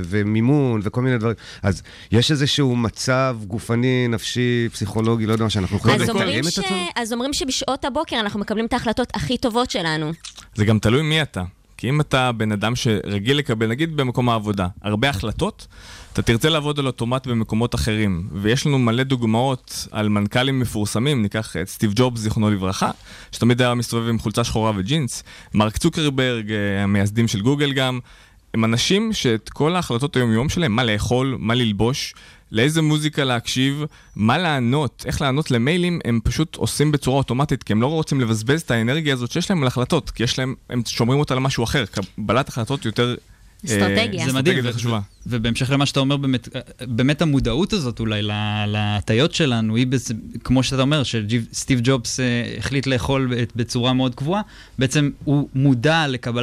ומימון וכל מיני דברים. אז יש איזשהו מצב גופני, נפשי, פסיכולוגי, לא יודע מה שאנחנו יכולים לקיים את עצמם. אז אומרים שבשעות הבוקר אנחנו מקבלים את ההחלטות הכי טובות שלנו. זה גם תלוי מי אתה. כי אם אתה בן אדם שרגיל לקבל, נגיד במקום העבודה, הרבה החלטות, אתה תרצה לעבוד על אוטומט במקומות אחרים. ויש לנו מלא דוגמאות על מנכ"לים מפורסמים, ניקח את סטיב ג'ובס, זיכרונו לברכה, שתמיד היה מסתובב עם חולצה שחורה וג'ינס, מרק צוקרברג, המייסדים של גוגל גם, הם אנשים שאת כל ההחלטות היום-יום שלהם, מה לאכול, מה ללבוש, לאיזה מוזיקה להקשיב, מה לענות, איך לענות למיילים, הם פשוט עושים בצורה אוטומטית, כי הם לא רוצים לבזבז את האנרגיה הזאת שיש להם על החלטות, כי יש להם, הם שומרים אותה למשהו אחר, קבלת החלטות יותר... אסטרטגיה. זה מדהים, ובהמשך למה שאתה אומר, באמת המודעות הזאת אולי להטיות שלנו, היא כמו שאתה אומר, שסטיב ג'ובס החליט לאכול בצורה מאוד קבועה, בעצם הוא מודע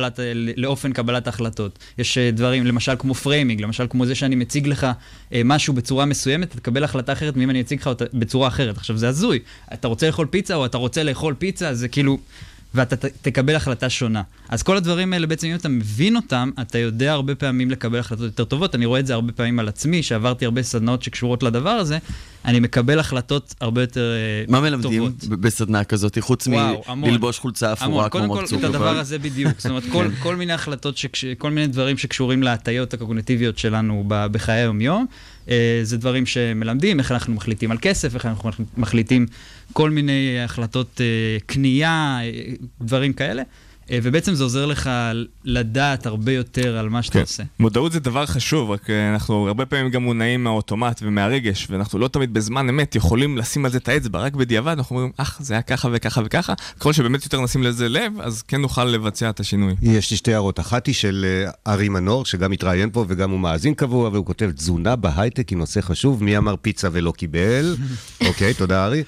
לאופן קבלת ההחלטות. יש דברים, למשל כמו פריימינג, למשל כמו זה שאני מציג לך משהו בצורה מסוימת, אתה תקבל החלטה אחרת מאם אני אציג לך בצורה אחרת. עכשיו זה הזוי, אתה רוצה לאכול פיצה או אתה רוצה לאכול פיצה, זה כאילו... ואתה תקבל החלטה שונה. אז כל הדברים האלה בעצם, אם אתה מבין אותם, אתה יודע הרבה פעמים לקבל החלטות יותר טובות. אני רואה את זה הרבה פעמים על עצמי, שעברתי הרבה סדנאות שקשורות לדבר הזה, אני מקבל החלטות הרבה יותר טובות. מה מלמדים בסדנה כזאת, חוץ מללבוש חולצה אפורה כמו מרק צוקרברג? קודם כל, את הדבר הזה בדיוק. זאת אומרת, כל מיני החלטות, כל מיני דברים שקשורים להטיות הקוגניטיביות שלנו בחיי היום-יום, זה דברים שמלמדים, איך אנחנו מחליטים על כסף, איך אנחנו מחליטים כל מיני החלטות קנייה, דברים כאלה. ובעצם זה עוזר לך לדעת הרבה יותר על מה שאתה עושה. מודעות זה דבר חשוב, רק אנחנו הרבה פעמים גם מונעים מהאוטומט ומהרגש, ואנחנו לא תמיד בזמן אמת יכולים לשים על זה את האצבע, רק בדיעבד אנחנו אומרים, זה היה ככה וככה וככה, ככל שבאמת יותר נשים לזה לב, אז כן נוכל לבצע את השינוי. יש לי שתי הערות, אחת היא של ארי מנור, שגם מתראיין פה וגם הוא מאזין קבוע, והוא כותב, תזונה בהייטק היא נושא חשוב, מי אמר פיצה ולא קיבל? אוקיי, תודה ארי.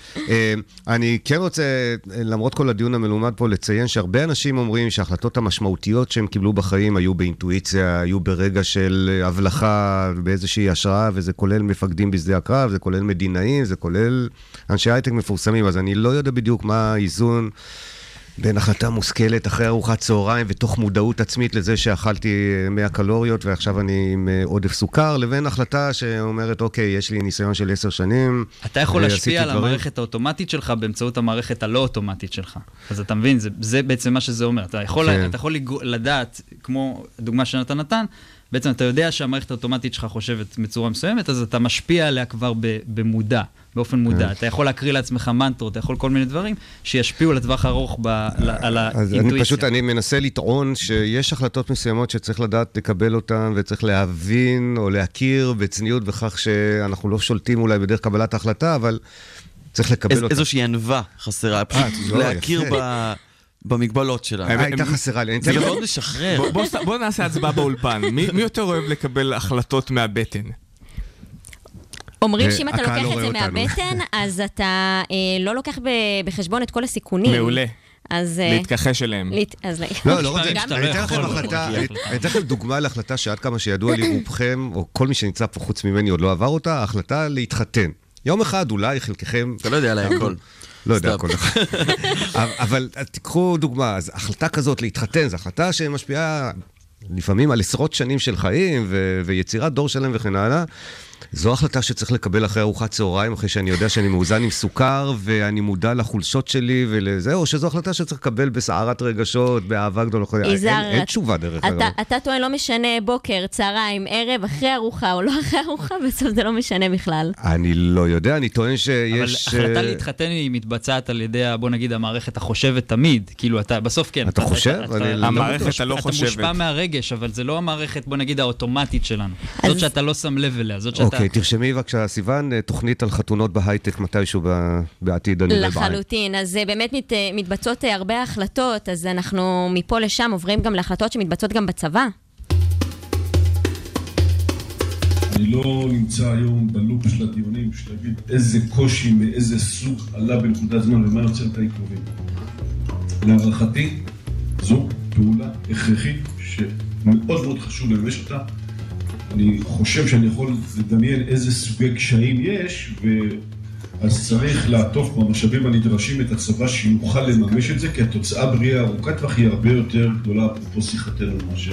אני כן רוצה, למרות כל הדיון המלומד פה, לציין שהרבה אנשים אומרים שההחלטות המשמעותיות שהם קיבלו בחיים היו באינטואיציה, היו ברגע של הבלחה באיזושהי השראה, וזה כולל מפקדים בשדה הקרב, זה כולל מדינאים, זה כולל אנשי הייטק מפורסמים, אז אני לא יודע בדיוק מה האיזון בין החלטה מושכלת אחרי ארוחת צהריים ותוך מודעות עצמית לזה שאכלתי 100 קלוריות ועכשיו אני עם עודף סוכר, לבין החלטה שאומרת, אוקיי, יש לי ניסיון של 10 שנים. אתה יכול להשפיע על המערכת האוטומטית שלך באמצעות המערכת הלא אוטומטית שלך. אז אתה מבין, זה בעצם מה שזה אומר. אתה יכול לדעת, כמו הדוגמה שנתן נתן, בעצם אתה יודע שהמערכת האוטומטית שלך חושבת בצורה מסוימת, אז אתה משפיע עליה כבר במודע. באופן מודע. אתה יכול להקריא לעצמך מנטרות, אתה יכול כל מיני דברים שישפיעו לטווח ארוך על האינטואיציה. אני מנסה לטעון שיש החלטות מסוימות שצריך לדעת לקבל אותן, וצריך להבין או להכיר בצניעות בכך שאנחנו לא שולטים אולי בדרך קבלת ההחלטה, אבל צריך לקבל אותה. איזושהי ענווה חסרה, פשוט להכיר במגבלות שלה. הייתה חסרה לי. זה מאוד משחרר. בוא נעשה הצבעה באולפן. מי יותר אוהב לקבל החלטות מהבטן? אומרים שאם אתה לוקח את זה מהבטן, אז אתה לא לוקח בחשבון את כל הסיכונים. מעולה. להתכחש אליהם. לא רוצה. אני אתן לכם דוגמה להחלטה שעד כמה שידוע לי רובכם, או כל מי שנמצא פה חוץ ממני עוד לא עבר אותה, ההחלטה להתחתן. יום אחד אולי חלקכם... אתה לא יודע עליי הכל. לא יודע הכל. אבל תיקחו דוגמה, אז החלטה כזאת להתחתן, זו החלטה שמשפיעה לפעמים על עשרות שנים של חיים, ויצירת דור שלם וכן הלאה. זו החלטה שצריך לקבל אחרי ארוחת צהריים, אחרי שאני יודע שאני מאוזן עם סוכר, ואני מודע לחולשות שלי ולזה, או שזו החלטה שצריך לקבל בסערת רגשות, באהבה גדולה. אין תשובה דרך אגב. אתה טוען לא משנה בוקר, צהריים, ערב, אחרי ארוחה או לא אחרי ארוחה, בסוף זה לא משנה בכלל. אני לא יודע, אני טוען שיש... אבל החלטה להתחתן היא מתבצעת על ידי, בוא נגיד, המערכת החושבת תמיד. כאילו, אתה בסוף כן. אתה חושב? המערכת הלא חושבת. אתה מושפע מהרגש, אבל זה לא המערכת, בוא נגיד, האוטומטית שלנו. זאת שאתה לא שם לב אליה, זאת שאתה... אוקיי, תרשמי בבקשה, סיוון, תוכנית על חתונות בהייטק מתישהו בעתיד. לחלוטין, אז באמת מתבצעות הרבה החלטות, אז אנחנו מפה לשם עוברים גם להחלטות שמתבצעות גם בצבא. אני לא נמצא היום בלופ של הדיונים, בשביל להגיד איזה קושי מאיזה סוג עלה בנקודת זמן ומה יוצר את העיכובים. להערכתי, זו פעולה הכרחית שמאוד מאוד חשוב לממש אותה. אני חושב שאני יכול לדמיין איזה סוגי קשיים יש, אז צריך לעטוף במשאבים הנדרשים את הצבא שיוכל לממש את זה, כי התוצאה בריאה ארוכת טווח היא הרבה יותר גדולה, אפרופו שיחתנו, מאשר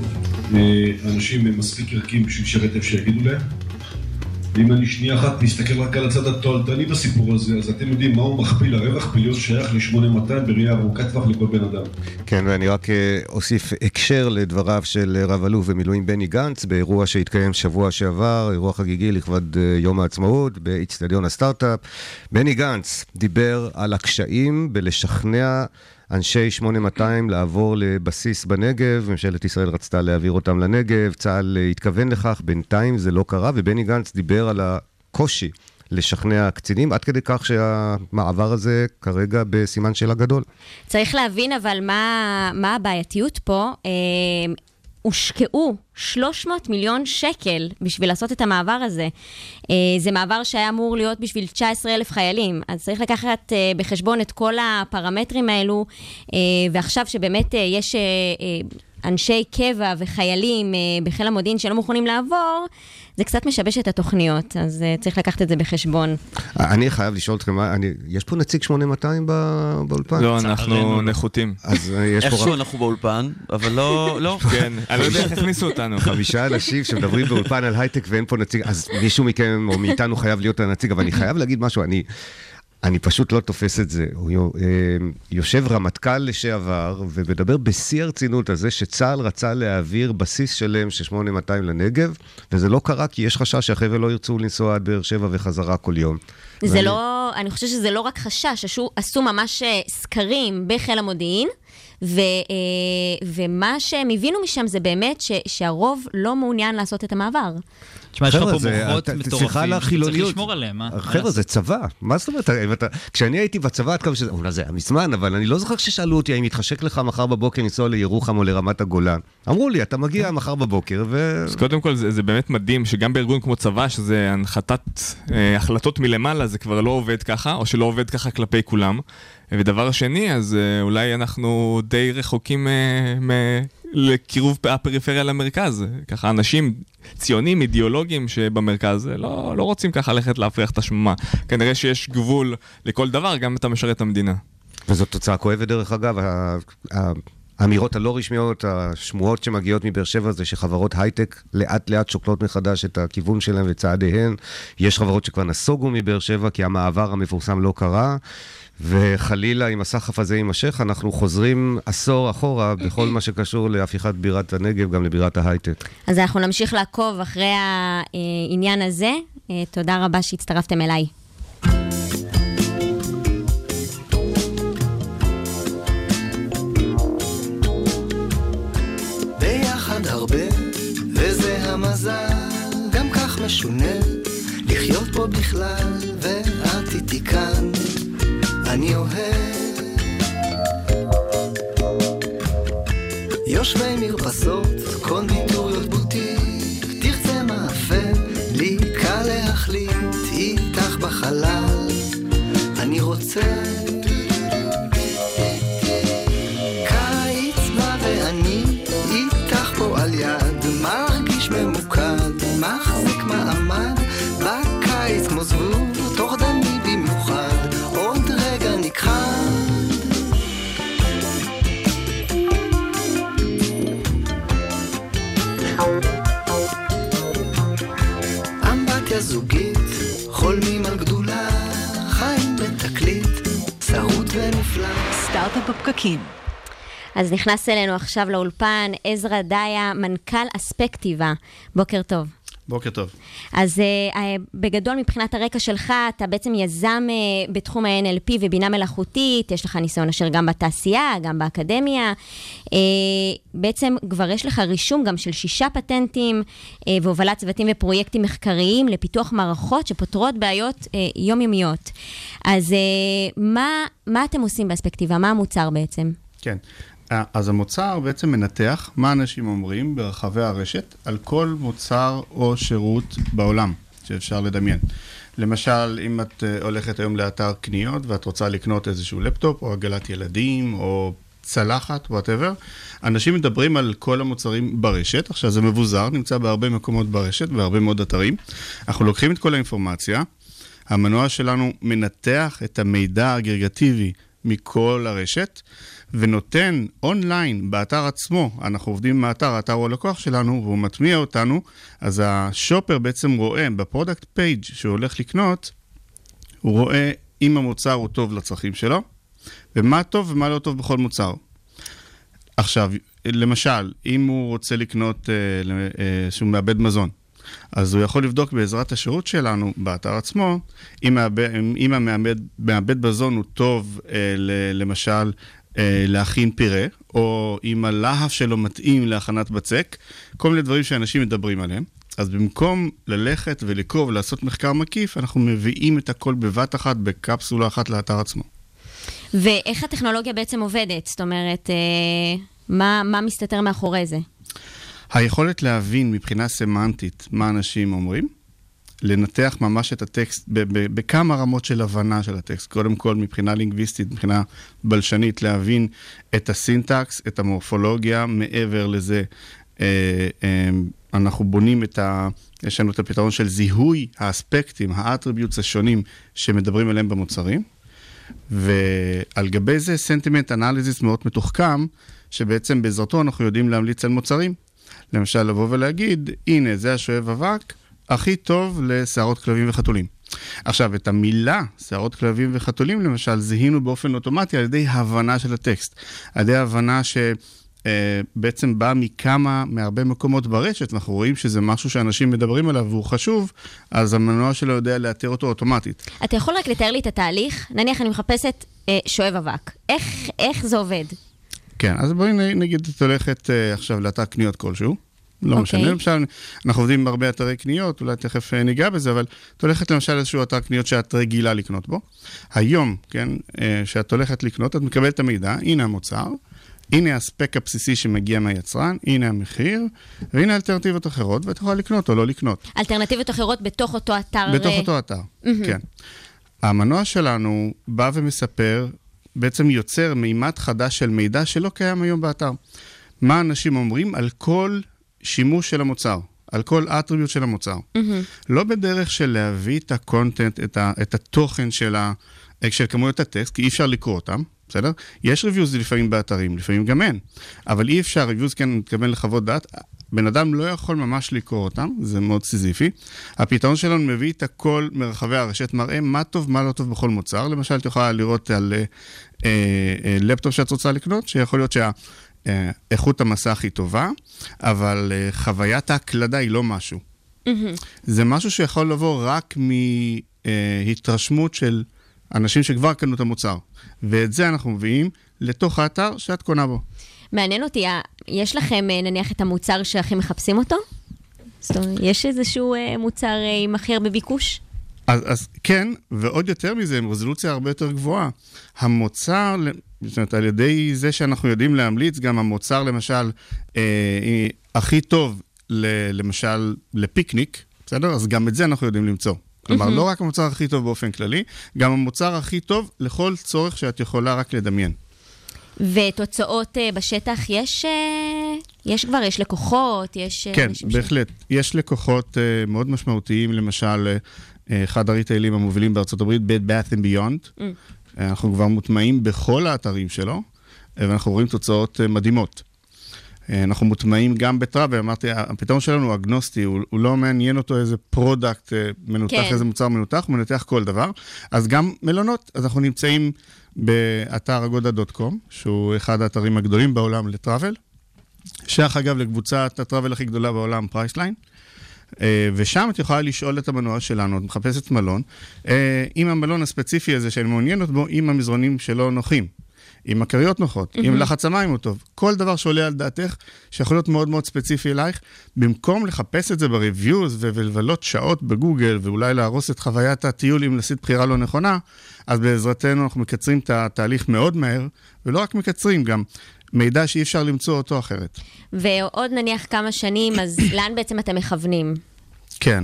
אנשים מספיק ערכיים בשביל שרת איפה שיגידו להם. ואם אני שנייה אחת מסתכל רק על הצד התועלתני בסיפור הזה, אז אתם יודעים מהו מכפיל הרווח, להיות שייך ל-8200 בראייה ארוכת טווח לכל בן אדם. כן, ואני רק אוסיף הקשר לדבריו של רב אלוף במילואים בני גנץ, באירוע שהתקיים שבוע שעבר, אירוע חגיגי לכבוד יום העצמאות, באצטדיון הסטארט-אפ. בני גנץ דיבר על הקשיים בלשכנע אנשי 8200 לעבור לבסיס בנגב, ממשלת ישראל רצתה להעביר אותם לנגב, צה"ל התכוון לכך, בינתיים זה לא קרה, ובני גנץ דיבר על הקושי לשכנע קצינים, עד כדי כך שהמעבר הזה כרגע בסימן שאלה גדול. צריך להבין אבל מה הבעייתיות פה, הושקעו 300 מיליון שקל בשביל לעשות את המעבר הזה. זה מעבר שהיה אמור להיות בשביל 19,000 חיילים, אז צריך לקחת בחשבון את כל הפרמטרים האלו, ועכשיו שבאמת יש אנשי קבע וחיילים בחיל המודיעין שלא מוכנים לעבור, זה קצת משבש את התוכניות, אז צריך לקחת את זה בחשבון. אני חייב לשאול אתכם, יש פה נציג 8200 באולפן? לא, אנחנו נחותים. איכשהו אנחנו באולפן, אבל לא. כן, אני לא יודע איך הכניסו אותנו. 5 אנשים שמדברים באולפן על הייטק ואין פה נציג, אז מישהו מכם או מאיתנו חייב להיות הנציג, אבל אני חייב להגיד משהו, אני פשוט לא תופס את זה. יושב רמטכ"ל לשעבר ומדבר בשיא הרצינות הזה שצה"ל רצה להעביר בסיס שלם של 8200 לנגב, וזה לא קרה כי יש חשש שהחבר'ה לא ירצו לנסוע עד באר שבע וחזרה כל יום. זה לא, אני חושבת שזה לא רק חשש, עשו ממש סקרים בחיל המודיעין, ומה שהם הבינו משם זה באמת שהרוב לא מעוניין לעשות את המעבר. תשמע, יש לך פה מוחות מטורפים שצריך לשמור עליהם. חבר'ה, זה צבא. מה זאת אומרת? כשאני הייתי בצבא, עד כמה שזה, אולי זה היה מזמן, אבל אני לא זוכר ששאלו אותי, האם יתחשק לך מחר בבוקר לנסוע לירוחם או לרמת הגולן. אמרו לי, אתה מגיע מחר בבוקר אז קודם כל, זה באמת מדהים שגם בארגון כמו צבא, שזה הנחתת החלטות מלמעלה, זה כבר לא עובד ככה, או שלא עובד ככה כלפי כולם. ודבר שני, אז אולי אנחנו די רחוקים לקירוב הפריפריה למרכז. ככה אנשים ציונים, אידיאולוגים שבמרכז לא רוצים ככה ללכת להפריח את השממה. כנראה שיש גבול לכל דבר, גם אתה משרת המדינה. וזאת תוצאה כואבת דרך אגב. האמירות הלא רשמיות, השמועות שמגיעות מבאר שבע זה שחברות הייטק לאט לאט שוקלות מחדש את הכיוון שלהם וצעדיהן. יש חברות שכבר נסוגו מבאר שבע כי המעבר המפורסם לא קרה. וחלילה, אם הסחף הזה יימשך, אנחנו חוזרים עשור אחורה בכל מה שקשור להפיכת בירת הנגב, גם לבירת ההייטק. אז אנחנו נמשיך לעקוב אחרי העניין הזה. תודה רבה שהצטרפתם אליי. משונה לחיות פה בכלל, ואת איתי כאן, אני אוהב יושבי מרפסות, קונדיטוריות בוטיק, תרצה מאפה, לי קל להחליט, איתך בחלל, אני רוצה קיץ בא ואני איתך פה על יד, מרגיש ממוקד, מחזיק מעמד, בקיץ כמו זבוב, תורדני במיוחד, עוד רגע נכחד. אמבטיה זוגית, חולמים על גדולה, חיים בתקליט, שרוט ונופלא. סטארט-אפ בפקקים. אז נכנס אלינו עכשיו לאולפן עזרא דיה, מנכ"ל אספקטיבה. בוקר טוב. בוקר טוב. אז בגדול מבחינת הרקע שלך, אתה בעצם יזם בתחום ה-NLP ובינה מלאכותית, יש לך ניסיון אשר גם בתעשייה, גם באקדמיה. בעצם כבר יש לך רישום גם של 6 פטנטים והובלת צוותים ופרויקטים מחקריים לפיתוח מערכות שפותרות בעיות יומיומיות. אז מה אתם עושים באספקטיבה? מה המוצר בעצם? כן. אז המוצר בעצם מנתח מה אנשים אומרים ברחבי הרשת על כל מוצר או שירות בעולם שאפשר לדמיין. למשל, אם את הולכת היום לאתר קניות ואת רוצה לקנות איזשהו לפטופ או עגלת ילדים או צלחת, whatever, אנשים מדברים על כל המוצרים ברשת. עכשיו זה מבוזר, נמצא בהרבה מקומות ברשת, בהרבה מאוד אתרים. אנחנו לוקחים את כל האינפורמציה, המנוע שלנו מנתח את המידע האגרגטיבי מכל הרשת, ונותן אונליין באתר עצמו, אנחנו עובדים מהאתר, האתר הוא הלקוח שלנו, והוא מטמיע אותנו, אז השופר בעצם רואה בפרודקט פייג' שהוא הולך לקנות, הוא רואה אם המוצר הוא טוב לצרכים שלו, ומה טוב ומה לא טוב בכל מוצר. עכשיו, למשל, אם הוא רוצה לקנות שהוא מאבד מזון, אז הוא יכול לבדוק בעזרת השירות שלנו באתר עצמו, אם המאבד מזון הוא טוב, למשל, להכין פירה, או אם הלהב שלו מתאים להכנת בצק, כל מיני דברים שאנשים מדברים עליהם. אז במקום ללכת ולקרוא ולעשות מחקר מקיף, אנחנו מביאים את הכל בבת אחת, בקפסולה אחת לאתר עצמו. ואיך הטכנולוגיה בעצם עובדת? זאת אומרת, מה מסתתר מאחורי זה? היכולת להבין מבחינה סמנטית מה אנשים אומרים, לנתח ממש את הטקסט בכמה רמות של הבנה של הטקסט. קודם כל, מבחינה לינגוויסטית, מבחינה בלשנית, להבין את הסינטקס, את המורפולוגיה. מעבר לזה, אנחנו בונים יש לנו את הפתרון של זיהוי האספקטים, האטריביוטס השונים שמדברים עליהם במוצרים. ועל גבי זה, סנטימנט אנליזיס מאוד מתוחכם, שבעצם בעזרתו אנחנו יודעים להמליץ על מוצרים. למשל, לבוא ולהגיד, הנה, זה השואב אבק, הכי טוב לשערות כלבים וחתולים. עכשיו, את המילה שערות כלבים וחתולים, למשל, זיהינו באופן אוטומטי על ידי הבנה של הטקסט. על ידי הבנה שבעצם באה מהרבה מקומות ברשת, ואנחנו רואים שזה משהו שאנשים מדברים עליו והוא חשוב, אז המנוע שלו יודע לאתר אותו אוטומטית. אתה יכול רק לתאר לי את התהליך? נניח אני מחפשת שואב אבק. איך זה עובד? כן, אז בואי נגיד, את הולכת עכשיו לאתר קניות כלשהו. לא משנה, למשל, אנחנו עובדים עם הרבה אתרי קניות, אולי תכף ניגע בזה, אבל את הולכת למשל איזשהו אתר קניות שאת רגילה לקנות בו. היום, כן, שאת הולכת לקנות, את מקבלת את המידע, הנה המוצר, הנה הספק הבסיסי שמגיע מהיצרן, הנה המחיר, והנה אלטרנטיבות אחרות, ואת יכולה לקנות או לא לקנות. אלטרנטיבות אחרות בתוך אותו אתר? בתוך אותו אתר, כן. המנוע שלנו בא ומספר, בעצם יוצר מימד חדש של מידע שלא קיים היום באתר. מה אנשים אומרים על כל שימוש של המוצר, על כל אטריביוט של המוצר. לא בדרך של להביא את הקונטנט, את התוכן של כמויות הטקסט, כי אי אפשר לקרוא אותם, בסדר? יש ריוויוז לפעמים באתרים, לפעמים גם אין. אבל אי אפשר, ריוויוז כן מתכוון לחוות דעת, בן אדם לא יכול ממש לקרוא אותם, זה מאוד סיזיפי. הפתרון שלנו מביא את הכל מרחבי הרשת, מראה מה טוב, מה לא טוב בכל מוצר. למשל, את יכולה לראות על לפטופ שאת רוצה לקנות, שיכול להיות איכות המסך היא טובה, אבל חוויית ההקלדה היא לא משהו. זה משהו שיכול לבוא רק מהתרשמות של אנשים שכבר קנו את המוצר. ואת זה אנחנו מביאים לתוך האתר שאת קונה בו. מעניין אותי, יש לכם נניח את המוצר שהכי מחפשים אותו? זאת אומרת, יש איזשהו מוצר עם הכי הרבה ביקוש? אז כן, ועוד יותר מזה, עם רזולוציה הרבה יותר גבוהה. המוצר, זאת אומרת, על ידי זה שאנחנו יודעים להמליץ, גם המוצר למשל הכי טוב, למשל לפיקניק, בסדר? אז גם את זה אנחנו יודעים למצוא. כלומר, לא רק המוצר הכי טוב באופן כללי, גם המוצר הכי טוב לכל צורך שאת יכולה רק לדמיין. ותוצאות בשטח יש כבר, יש לקוחות, יש... כן, בהחלט. יש לקוחות מאוד משמעותיים, למשל, אחד הריטיילים המובילים בארצות הברית, Bed Bath & Beyond. אנחנו כבר מוטמעים בכל האתרים שלו, ואנחנו רואים תוצאות מדהימות. אנחנו מוטמעים גם בטראבל, אמרתי, הפתרון שלנו הוא אגנוסטי, הוא לא מעניין אותו איזה פרודקט מנותח, איזה מוצר מנותח, הוא מנתח כל דבר. אז גם מלונות, אז אנחנו נמצאים באתר agoda.com, שהוא אחד האתרים הגדולים בעולם לטראבל, שייך אגב לקבוצת הטראבל הכי גדולה בעולם, פרייסליין, ושם את יכולה לשאול את המנוע שלנו, את מחפשת מלון, עם המלון הספציפי הזה שאני מעוניינת בו, עם המזרונים שלו נוחים. עם מקריות נוחות, עם לחץ המים הוא טוב. כל דבר שעולה על דעתך, שיכול להיות מאוד מאוד ספציפי אלייך, במקום לחפש את זה בריוויוז ולבלות שעות בגוגל, ואולי להרוס את חוויית הטיול אם נעשית בחירה לא נכונה, אז בעזרתנו אנחנו מקצרים את התהליך מאוד מהר, ולא רק מקצרים, גם מידע שאי אפשר למצוא אותו אחרת. ועוד נניח כמה שנים, אז לאן בעצם אתם מכוונים? כן,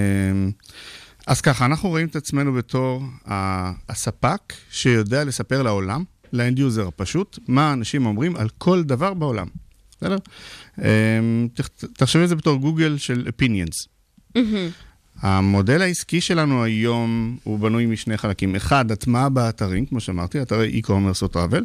אז ככה, אנחנו רואים את עצמנו בתור הספק שיודע לספר לעולם, לאנד יוזר הפשוט, מה האנשים אומרים על כל דבר בעולם. בסדר? תחשבי את זה בתור גוגל של opinions. המודל העסקי שלנו היום הוא בנוי משני חלקים. אחד, הטמעה באתרים, כמו שאמרתי, אתרי e-commerce או travel,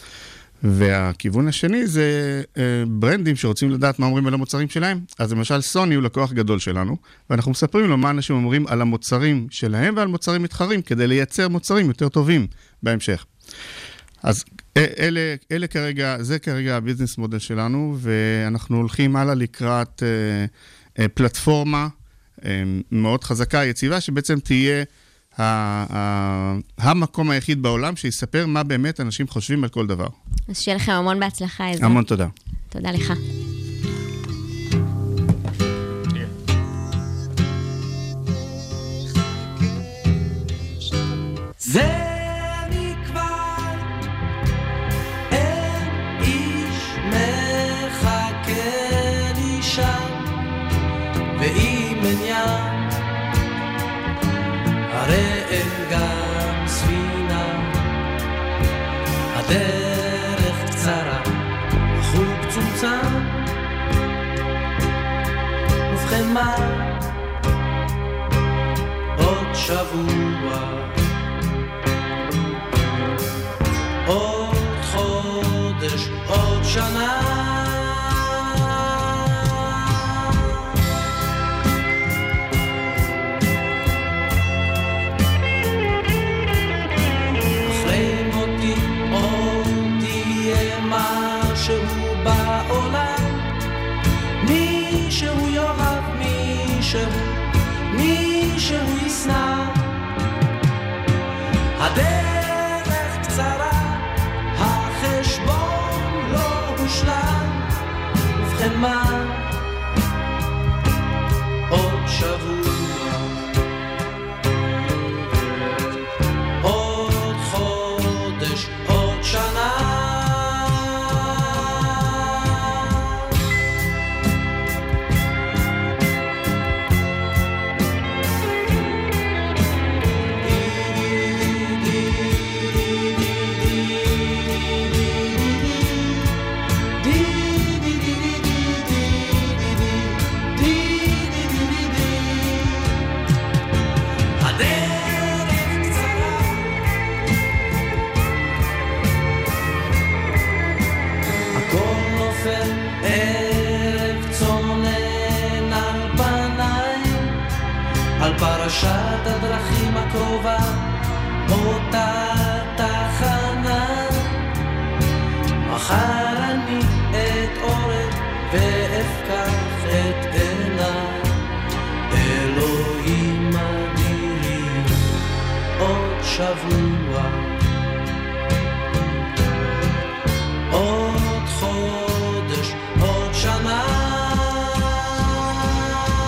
והכיוון השני זה ברנדים שרוצים לדעת מה אומרים על המוצרים שלהם. אז למשל, סוני הוא לקוח גדול שלנו, ואנחנו מספרים לו מה אנשים אומרים על המוצרים שלהם ועל מוצרים מתחרים, כדי לייצר מוצרים יותר טובים בהמשך. אז אלה כרגע, זה כרגע הביזנס מודל שלנו, ואנחנו הולכים הלאה לקראת פלטפורמה מאוד חזקה, יציבה, שבעצם תהיה המקום היחיד בעולם שיספר מה באמת אנשים חושבים על כל דבר. אז שיהיה לכם המון בהצלחה. המון תודה. תודה לך. זה מכבר אין איש מחכה לי שם, ואם אין ים הרי אין גם ספינה. הדרך קצרה, החוג צומצם, ובכן מה? עוד שבוע, עוד חודש, עוד שנה. אחרי מותי עוד תהיה משהו בעולם, מישהו יאהב מישהו ישנא. הדרך קצרה, החשבון לא הושלם, ובכן מה? עוד שבוע, עוד חודש, עוד שנה. פרשת הדרכים הקרובה, אותה תחנה. מחר אני אתעורר ואפקח את עיניי, אלוהים אדירים, עוד שבוע, עוד חודש, עוד שנה.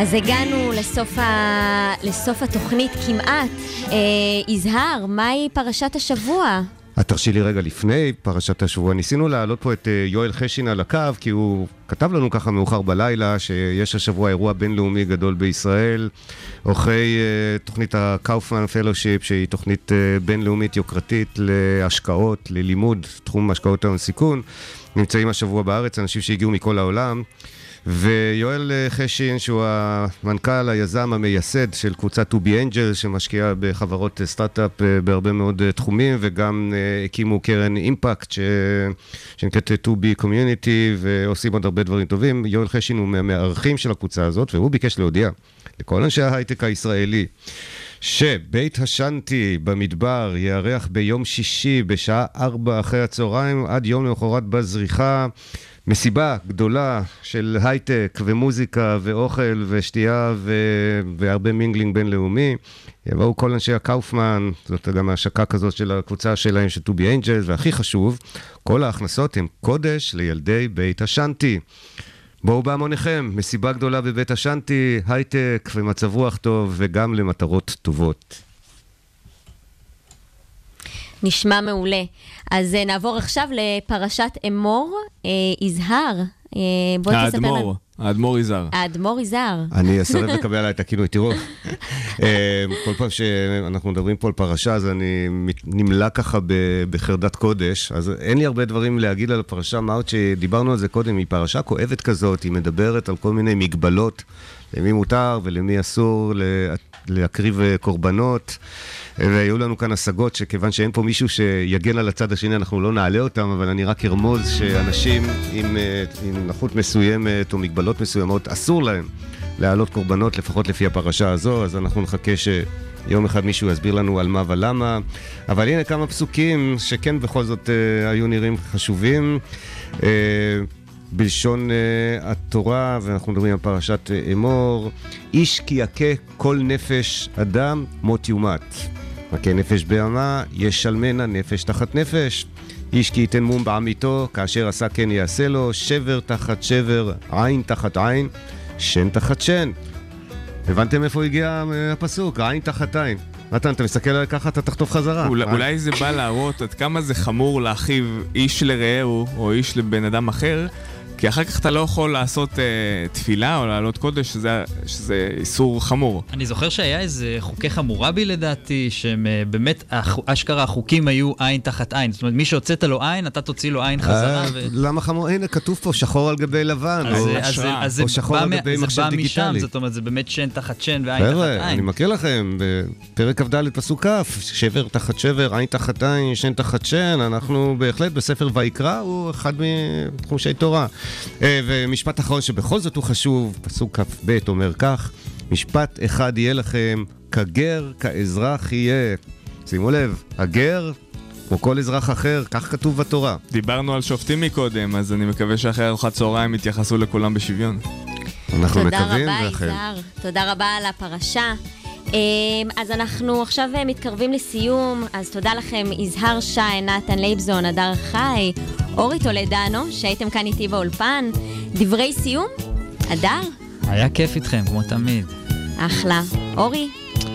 אז הגענו לסוף התוכנית כמעט. יזהר, מהי פרשת השבוע? תרשי לי רגע לפני פרשת השבוע, ניסינו להעלות פה את יואל חשין על הקו, כי הוא כתב לנו ככה מאוחר בלילה, שיש השבוע אירוע בינלאומי גדול בישראל, אחרי תוכנית הקאופמן פלושיפ, שהיא תוכנית בינלאומית יוקרתית להשקעות, ללימוד, תחום השקעות ההון סיכון, נמצאים השבוע בארץ, אנשים שהגיעו מכל העולם, ויואל חשין, שהוא המנכ"ל, היזם, המייסד של קבוצת To Be Angel, שמשקיעה בחברות סטארט-אפ בהרבה מאוד תחומים, וגם הקימו קרן אימפקט, שנקראת To Be Community, ועושים עוד הרבה דברים טובים. יואל חשין הוא מהמארחים של הקבוצה הזאת, והוא ביקש להודיע לכל אנשי ההייטק הישראלי, שבית השנטי במדבר יארח ביום שישי בשעה 4 אחרי הצהריים, עד יום למחרת בזריחה, מסיבה גדולה של הייטק ומוזיקה ואוכל ושתייה והרבה מינגלינג בינלאומי. יבואו כל אנשי הקאופמן, זאת גם ההשקה כזאת של הקבוצה שלהם של To Be Angels, והכי חשוב, כל ההכנסות הם קודש לילדי בית השנטי. בואו בהמוניכם, מסיבה גדולה בבית השנטי, הייטק ומצב רוח טוב וגם למטרות טובות. נשמע מעולה. אז נעבור עכשיו לפרשת אמור. יזהר, בוא תספר לנו. האדמו"ר יזהר. האדמו"ר יזהר. אני אסרב לקבל עליי את הכינוי, תראו. כל פעם שאנחנו מדברים פה על פרשה, אז אני נמלא ככה בחרדת קודש, אז אין לי הרבה דברים להגיד על הפרשה, מה עוד שדיברנו על זה קודם, היא פרשה כואבת כזאת, היא מדברת על כל מיני מגבלות, למי מותר ולמי אסור להקריב קורבנות, והיו לנו כאן השגות שכיוון שאין פה מישהו שיגן על הצד השני, אנחנו לא נעלה אותם, אבל אני רק ארמוז שאנשים עם נכות מסוימת או מגבלות מסוימות, אסור להם להעלות קורבנות, לפחות לפי הפרשה הזו, אז אנחנו נחכה שיום אחד מישהו יסביר לנו על מה ולמה, אבל הנה כמה פסוקים שכן בכל זאת היו נראים חשובים, בלשון התורה, ואנחנו מדברים על פרשת אמור, איש כי יכה כל נפש אדם מות יומת. מכה נפש בהמה, ישלמנה נפש תחת נפש. איש כי ייתן מום בעמיתו, כאשר עשה כן יעשה לו, שבר תחת שבר, עין תחת עין, שן תחת שן. הבנתם איפה הגיע הפסוק? עין תחת עין. נתן, אתה מסתכל עליי ככה, אתה תחטוף חזרה. אולי זה בא להראות עד כמה זה חמור להחיב איש לרעהו, או איש לבן אדם אחר, כי אחר כך אתה לא יכול לעשות תפילה או לעלות קודש, שזה איסור חמור. אני זוכר שהיה איזה חוקי חמורבי לדעתי, שהם באמת, אשכרה החוקים היו עין תחת עין. זאת אומרת, מי שהוצאת לו עין, אתה תוציא לו עין חזרה. למה חמור? הנה, כתוב פה שחור על גבי לבן, או שחור על גבי מחשב דיגיטלי. זאת אומרת, זה באמת שן תחת שן ועין תחת עין. אני מכיר לכם, בפרק כ"ד פסוק כ', שבר תחת שבר, עין תחת עין, שן תחת שן, אנחנו בהחלט בספר ויקרא, הוא אחד מחומשי תורה. ומשפט אחרון שבכל זאת הוא חשוב, פסוק כ"ב אומר כך, משפט אחד יהיה לכם, כגר כאזרח יהיה. שימו לב, הגר כמו כל אזרח אחר, כך כתוב בתורה. דיברנו על שופטים מקודם, אז אני מקווה שאחרי ארוחת צהריים יתייחסו לכולם בשוויון. אנחנו מקווים תודה רבה יזהר, תודה רבה על הפרשה. אז אנחנו עכשיו מתקרבים לסיום, אז תודה לכם יזהר שי, נתן לייבזון, הדר חי, אורי טולדנו, שהייתם כאן איתי באולפן. דברי סיום? הדר? היה כיף איתכם, כמו תמיד. אחלה. אורי?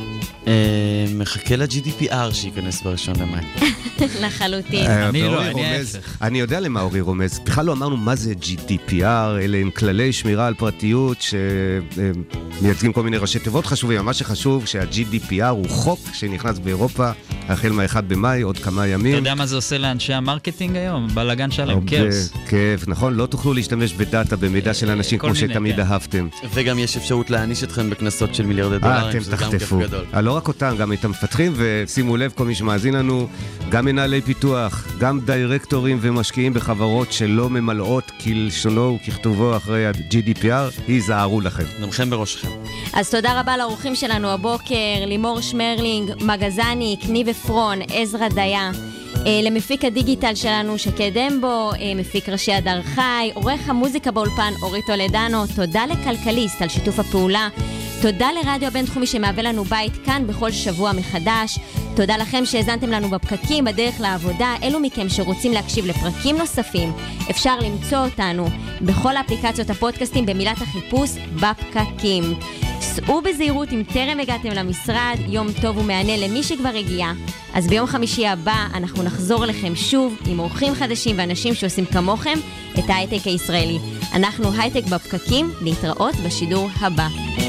מחכה ל-GDPR שייכנס בראשון למאי. לחלוטין. אני יודע למה אורי רומז. בכלל לא אמרנו מה זה GDPR, אלה הם כללי שמירה על פרטיות שמייצגים כל מיני ראשי תיבות חשובים. מה שחשוב שה-GDPR הוא חוק שנכנס באירופה החל מה-1 במאי, עוד כמה ימים. אתה יודע מה זה עושה לאנשי המרקטינג היום? בלגן שלהם, כאוס. כיף, נכון? לא תוכלו להשתמש בדאטה במידע של אנשים כמו שתמיד אהבתם. וגם יש אפשרות להעניש אתכם בכנסות של מיליארדי דולרים, שזה גם כיף גדול. לא רק אותם, גם את המפתחים, ושימו לב כל מי שמאזין לנו, גם מנהלי פיתוח, גם דירקטורים ומשקיעים בחברות שלא ממלאות כלשונו וככתובו אחרי ה-GDPR, היזהרו לכם. נמכם בראשכם. אז תודה רבה לאורחים שלנו הבוקר, לימור שמרלינג, מגזני, ניב אפרון, עזרא דיה, למפיק הדיגיטל שלנו שקד אמבו, מפיק ראשי הדר חי, עורך המוזיקה באולפן אורי טולדנו. תודה לכלכליסט על שיתוף הפעולה, תודה לרדיו הבינתחומי שמהווה לנו בית כאן בכל שבוע מחדש. תודה לכם שהזנתם לנו בפקקים בדרך לעבודה. אלו מכם שרוצים להקשיב לפרקים נוספים, אפשר למצוא אותנו בכל אפליקציות הפודקאסטים במילת החיפוש בפקקים. סעו בזהירות אם טרם הגעתם למשרד, יום טוב ומענה למי שכבר הגיע. אז ביום חמישי הבא אנחנו נחזור לכם שוב עם אורחים חדשים ואנשים שעושים כמוכם את ההייטק הישראלי. אנחנו הייטק בפקקים, להתראות בשידור הבא.